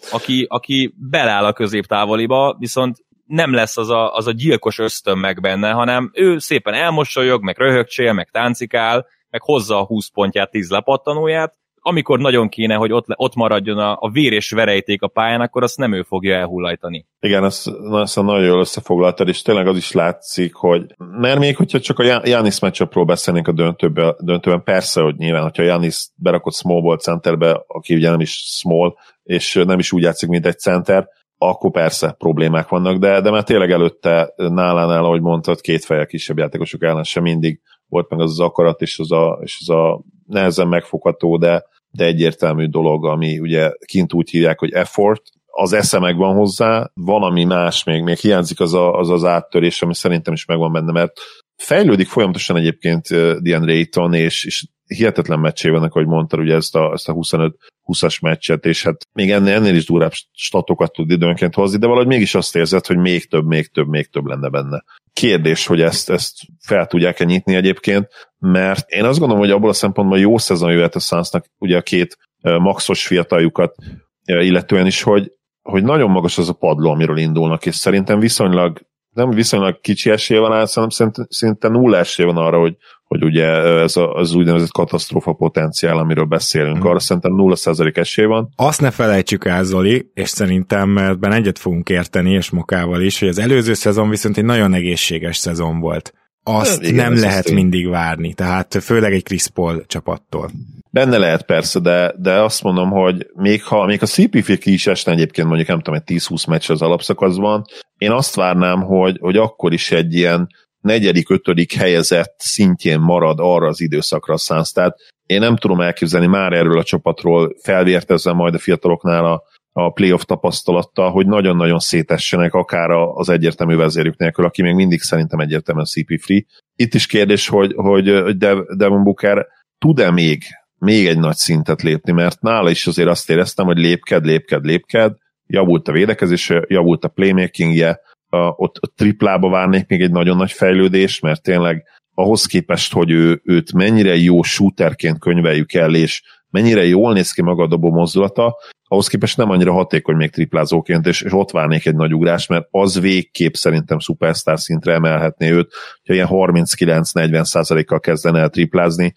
aki beláll a középtávoliba, viszont nem lesz az a gyilkos ösztön meg benne, hanem ő szépen elmosolyog, meg röhögcsél, meg táncikál, meg hozza a 20 pontját, 10 lepattanóját, amikor nagyon kéne, hogy ott maradjon a vér és verejték a pályán, akkor azt nem ő fogja elhullajtani. Igen, ezt nagyon jól összefoglaltad, és tényleg az is látszik, hogy mert még hogyha csak a Giannis matchupról beszélnénk a döntőben, persze, hogy nyilván, hogyha Giannis berakott small ball centerbe, aki ugye nem is small, és nem is úgy játszik, mint egy center, akkor persze problémák vannak, de már tényleg előtte nálánál, ahogy mondtad, 2 fejjel kisebb játékosok ellen sem mindig volt meg az akarat, és az a nehezen megfogható, de egyértelmű dolog, ami ugye kint úgy hívják, hogy effort, az esze megvan hozzá, valami más még hiányzik az áttörés, ami szerintem is megvan benne, mert fejlődik folyamatosan egyébként DeAndre Ayton, és hihetetlen meccsé vannak, ahogy mondtad, ugye ezt a 25-20-as meccset, és hát még ennél is durvább statokat tud időnként hozni, de valahogy mégis azt érzed, hogy még több lenne benne. Kérdés, hogy ezt fel tudják-e nyitni egyébként, mert én azt gondolom, hogy abból a szempontból jó szezon jöhet a Sunsnak, ugye a 2 maxos fiataljukat illetően is, hogy nagyon magas az a padló, amiről indulnak, és szerintem nem viszonylag kicsi esély van át, hanem szinte 0 esély van arra, hogy ugye ez az úgynevezett katasztrófa potenciál, amiről beszélünk, arra szerintem 0% esély van. Azt ne felejtsük el, Zoli, és szerintem ebben egyet fogunk érteni, és Mokával is, hogy az előző szezon viszont egy nagyon egészséges szezon volt. Azt igen, nem lehet mindig várni, tehát főleg egy Chris Paul csapattól. Benne lehet persze, de azt mondom, hogy még a CP3 ki is esne egyébként mondjuk nem tudom, egy 10-20 meccs az alapszakaszban, én azt várnám, hogy akkor is egy ilyen 4.-5. helyezett szintjén marad arra az időszakra a Suns. Tehát én nem tudom elképzelni már erről a csapatról felvértezve majd a fiataloknál a playoff tapasztalattal, hogy nagyon-nagyon szétessenek akár az egyértelmű vezérjük nélkül, aki még mindig szerintem egyértelműen CP3. Itt is kérdés, hogy Devin Booker tud-e még egy nagy szintet lépni, mert nála is azért azt éreztem, hogy lépked, javult a védekezése, javult a playmakingje, ott a triplába várnék még egy nagyon nagy fejlődés, mert tényleg ahhoz képest, hogy őt mennyire jó shooterként könyveljük el, és mennyire jól néz ki maga a dobó mozdulata, ahhoz képest nem annyira hatékony még triplázóként, és ott várnék egy nagy ugrás, mert az végképp szerintem szupersztár szintre emelhetné őt, hogyha ilyen 39-40%-kal kezdene el triplázni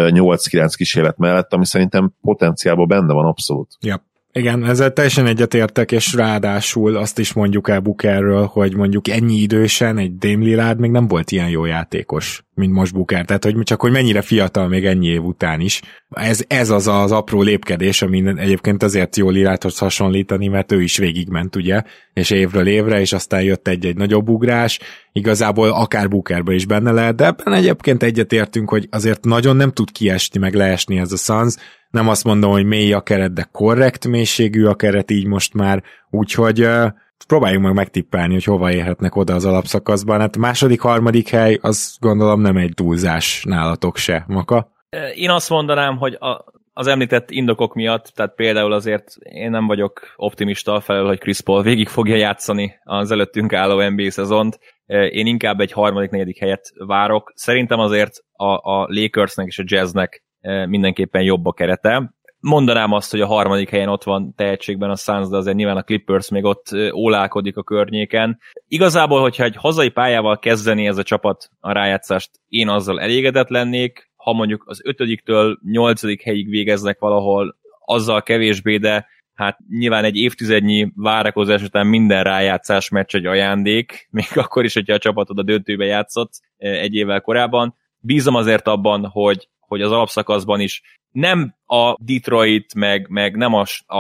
8-9 kísérlet mellett, ami szerintem potenciálban benne van abszolút. Ja. Igen, ezzel teljesen egyetértek, és ráadásul azt is mondjuk el Bookerről, hogy mondjuk ennyi idősen egy Dame Lillard még nem volt ilyen jó játékos, mint most Booker, tehát hogy mennyire fiatal még ennyi év után is. Ez az apró lépkedés, ami egyébként azért jó Lillardhoz hasonlítani, mert ő is végigment, ugye, és évről évre, és aztán jött egy nagyobb ugrás, igazából akár Bookerbe is benne lehet, de ebben egyébként egyetértünk, hogy azért nagyon nem tud kiesni, meg leesni ez a Suns. Nem azt mondom, hogy mély a keret, de korrekt mélységű a keret így most már, úgyhogy próbáljunk meg megtippelni, hogy hova érhetnek oda az alapszakaszban. Hát második, harmadik hely, azt gondolom nem egy túlzás nálatok se, Maka. Én azt mondanám, hogy az említett indokok miatt, tehát például azért én nem vagyok optimista afelől, hogy Chris Paul végig fogja játszani az előttünk álló NBA szezont. Én inkább egy harmadik, negyedik helyet várok. Szerintem azért a Lakersnek és a Jazznek mindenképpen jobb a kerete. mondanám azt, hogy a harmadik helyen ott van tehetségben a Suns, de azért nyilván a Clippers még ott ólálkodik a környéken. Igazából, hogyha egy hazai pályával kezdeni ez a csapat a rájátszást, én azzal elégedett lennék, ha mondjuk az 5-től 8. helyig végeznek valahol, azzal kevésbé, de hát nyilván egy évtizednyi várakozás után minden rájátszás meccs egy ajándék, még akkor is, hogyha a csapatod a döntőbe játszott egy évvel korábban. Bízom azért abban, hogy az alapszakaszban is nem a Detroit, meg nem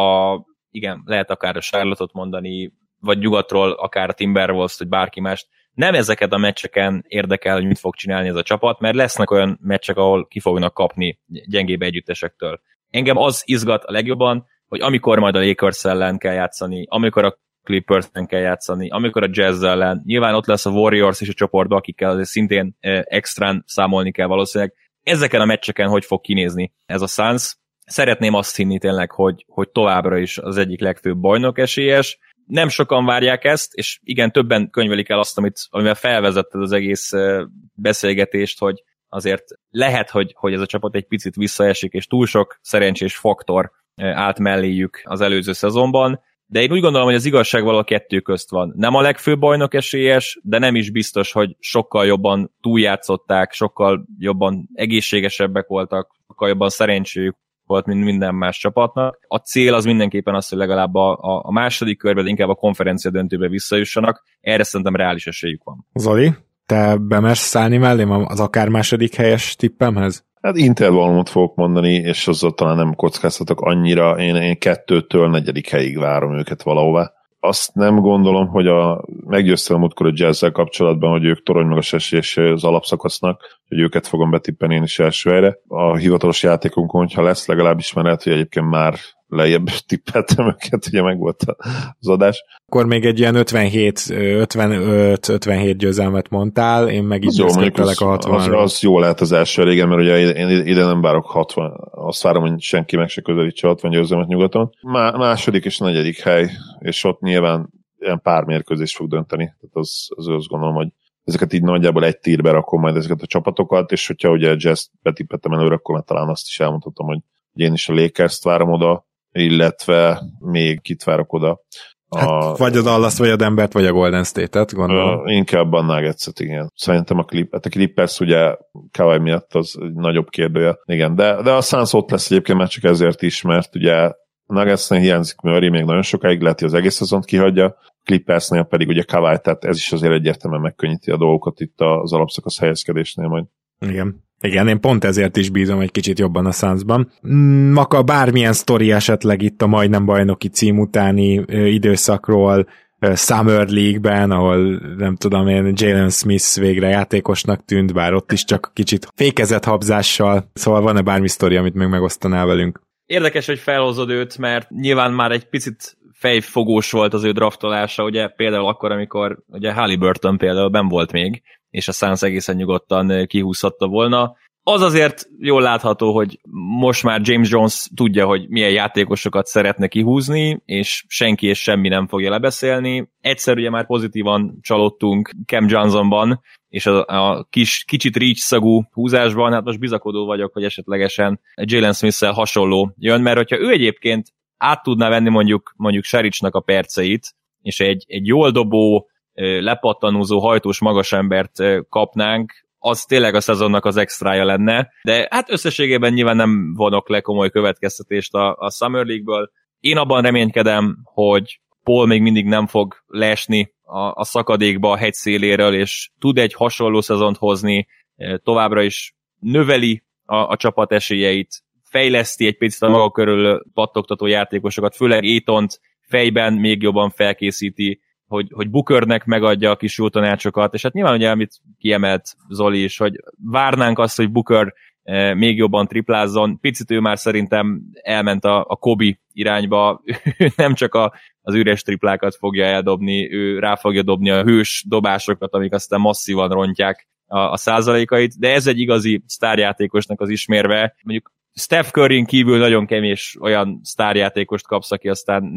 igen, lehet akár a Charlotte-ot mondani, vagy nyugatról akár a Timberwolves, vagy bárki mást. Nem ezeket a meccseken érdekel, hogy mit fog csinálni ez a csapat, mert lesznek olyan meccsek, ahol ki fognak kapni gyengébb együttesektől. Engem az izgat a legjobban, hogy amikor majd a Lakers ellen kell játszani, amikor a Clippers-en kell játszani, amikor a Jazz ellen, nyilván ott lesz a Warriors is a csoportban, akikkel azért szintén extrán számolni kell valószínűleg. Ezeken a meccseken hogy fog kinézni ez a Suns? Szeretném azt hinni tényleg, hogy továbbra is az egyik legfőbb bajnok esélyes. Nem sokan várják ezt, és igen, többen könyvelik el azt, amivel felvezetted az egész beszélgetést, hogy azért lehet, hogy ez a csapat egy picit visszaesik, és túl sok szerencsés faktor állt melléjük az előző szezonban, de én úgy gondolom, hogy az igazság valahol a kettő közt van. Nem a legfőbb bajnok esélyes, de nem is biztos, hogy sokkal jobban túljátszották, sokkal jobban egészségesebbek voltak, sokkal jobban szerencséjük volt, mint minden más csapatnak. A cél az mindenképpen az, hogy legalább a második körben, inkább a konferencia döntőbe visszajussanak. Erre szerintem reális esélyük van. Zoli, te bemersz szállni mellém az akár második helyes tippemhez? Hát intervallumot fogok mondani, és azzal talán nem kockáztatok annyira. Én 2-től 4. helyig várom őket valahová. Azt nem gondolom, hogy meggyőztem múltkor a Jazz-zel kapcsolatban, hogy ők toronymagas esélyes az alapszakasznak, hogy őket fogom betippeni én is első helyre. A hivatalos játékunkon, hogyha lesz legalábbis, mert lehet, hogy egyébként már lejjebb tippeltem őket, ugye meg volt az adás. Akkor még egy ilyen 55-57 győzelmet mondtál, én meg így beszéltelek a 60. Az jó lehet az első régen, mert ugye én ide nem várok 60, azt várom, hogy senki meg se közelítse 60 győzelmet nyugaton. Második és 4. hely, és ott nyilván ilyen pár mérkőzés fog dönteni. Tehát az azt gondolom, hogy ezeket így nagyjából egy tírbe rakom majd ezeket a csapatokat, és hogyha ugye Jazz betippettem előre, akkor már talán azt is elmondhatom, hogy én is a Lakers-t várom oda, illetve még kit várok oda. Hát, vagy a Dallas, vagy a Denvert, vagy a Golden State-et, gondolom. Inkább a Nuggets-et, igen. Szerintem a Clippers ugye Kawhi miatt az egy nagyobb kérdője. Igen, de a Suns ott lesz egyébként már csak ezért is, mert ugye a Nuggetsnél hiányzik Murray, még nagyon sokáig lehet, hogy az egész szezont kihagyja, Clippersnél pedig ugye Kawhi, tehát ez is azért egyértelműen megkönnyíti a dolgokat itt az alapszakasz helyezkedésnél majd. Igen, én pont ezért is bízom egy kicsit jobban a Sunsban. Maka bármilyen sztori esetleg itt a majdnem bajnoki cím utáni időszakról, Summer League-ben, ahol nem tudom én, Jalen Smith végre játékosnak tűnt, bár ott is csak kicsit fékezett habzással, szóval van-e bármi sztori, amit még megosztanál velünk? Érdekes, hogy felhozod őt, mert nyilván már egy picit fejfogós volt az ő draftolása, ugye például akkor, amikor ugye Haliburton például benn volt még, és a Suns egészen nyugodtan kihúzhatta volna. Az azért jól látható, hogy most már James Jones tudja, hogy milyen játékosokat szeretne kihúzni, és senki és semmi nem fogja lebeszélni. Egyszer ugye már pozitívan csalódtunk Cam Johnsonban, és a kicsit reach szagú húzásban, hát most bizakodó vagyok, hogy esetlegesen Jalen Smith-szel hasonló jön, mert hogyha ő egyébként át tudná venni mondjuk Saricnak a perceit, és egy jól dobó, lepattanózó, hajtós magasembert kapnánk, az tényleg a szezonnak az extrája lenne, de hát összességében nyilván nem vonok le komoly következtetést a Summer League-ből. Én abban reménykedem, hogy Paul még mindig nem fog leesni a szakadékba a hegy széléről, és tud egy hasonló szezont hozni, továbbra is növeli a csapat esélyeit, fejleszti egy picit a maga körül pattogtató játékosokat, főleg Aytont fejben még jobban felkészíti, hogy Bookernek megadja a kis jó tanácsokat, és hát nyilván ugye, amit kiemelt Zoli is, hogy várnánk azt, hogy Booker még jobban triplázzon, picit ő már szerintem elment a Kobe irányba, ő nem csak az üres triplákat fogja eldobni, ő rá fogja dobni a hős dobásokat, amik aztán masszívan rontják a százalékait, de ez egy igazi sztárjátékosnak az ismérve, mondjuk Steph Curryn kívül nagyon kevés olyan sztárjátékost kapsz, aki aztán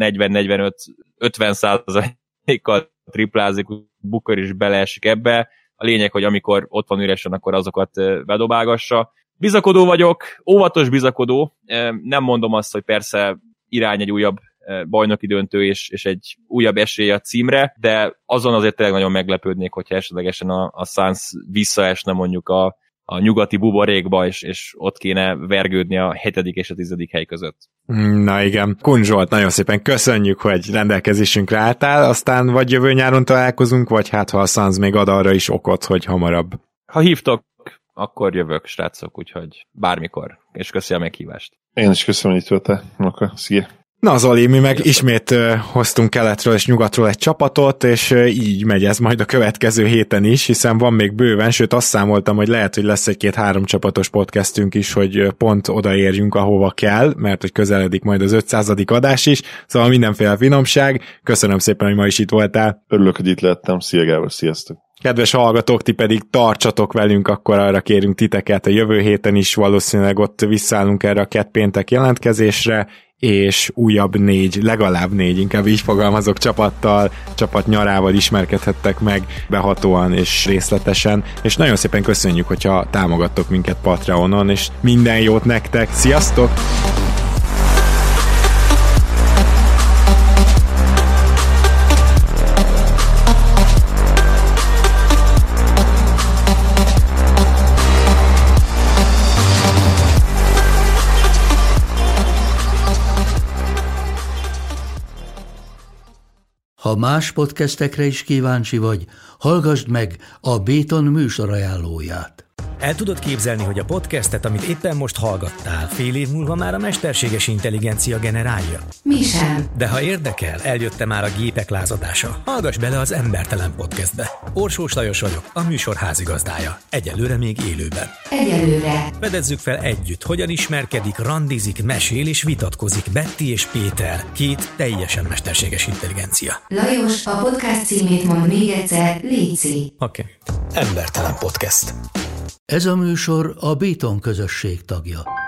40-45-50% triplázik, Booker is beleesik ebbe. A lényeg, hogy amikor ott van üresen, akkor azokat bedobálgassa. Bizakodó vagyok, óvatos bizakodó, nem mondom azt, hogy persze irány egy újabb bajnoki döntő és egy újabb esély a címre, de azon azért tényleg nagyon meglepődnék, hogyha esetlegesen a Suns visszaesne mondjuk a nyugati buborékba, és ott kéne vergődni a 7. és a 10. hely között. Na igen. Kun Zsolt, nagyon szépen köszönjük, hogy rendelkezésünkre álltál, aztán vagy jövő nyáron találkozunk, vagy hát ha a Suns még ad arra is okot, hogy hamarabb. Ha hívtok, akkor jövök, srácok, úgyhogy bármikor, és köszi a meghívást. Én is köszönöm, hogy itt voltál. Szia! Na Zoli, mi meg ismét hoztunk keletről és nyugatról egy csapatot, és így megy ez majd a következő héten is, hiszen van még bőven, sőt azt számoltam, hogy lehet, hogy lesz egy 2-3 csapatos podcastünk is, hogy pont odaérjünk, ahova kell, mert hogy közeledik majd az 500. adás is, szóval mindenféle finomság. Köszönöm szépen, hogy ma is itt voltál. Örülök, hogy itt lettem. Szia Gábor, sziasztok! Kedves hallgatók, ti pedig tartsatok velünk, akkor arra kérünk titeket a jövő héten is, valószínűleg ott visszaállunk erre a 2 péntek jelentkezésre, és újabb 4, legalább 4, inkább így fogalmazok, csapat nyarával ismerkedhettek meg behatóan és részletesen, és nagyon szépen köszönjük, hogyha támogattok minket Patreonon, és minden jót nektek, sziasztok! Ha más podcastekre is kíváncsi vagy, hallgassd meg a Béton műsor ajánlóját. El tudod képzelni, hogy a podcastet, amit éppen most hallgattál, fél év múlva már a mesterséges intelligencia generálja? Mi sem. De ha érdekel, eljött már a gépek lázadása. Hallgass bele az Embertelen Podcastbe. Orsós Lajos vagyok, a műsor házigazdája. Egyelőre még élőben. Egyelőre. Fedezzük fel együtt, hogyan ismerkedik, randizik, mesél és vitatkozik Betty és Péter, 2 teljesen mesterséges intelligencia. Lajos, a podcast címét mond még egyszer, léci. Oké. Embertelen Podcast. Ez a műsor a Béton közösség tagja.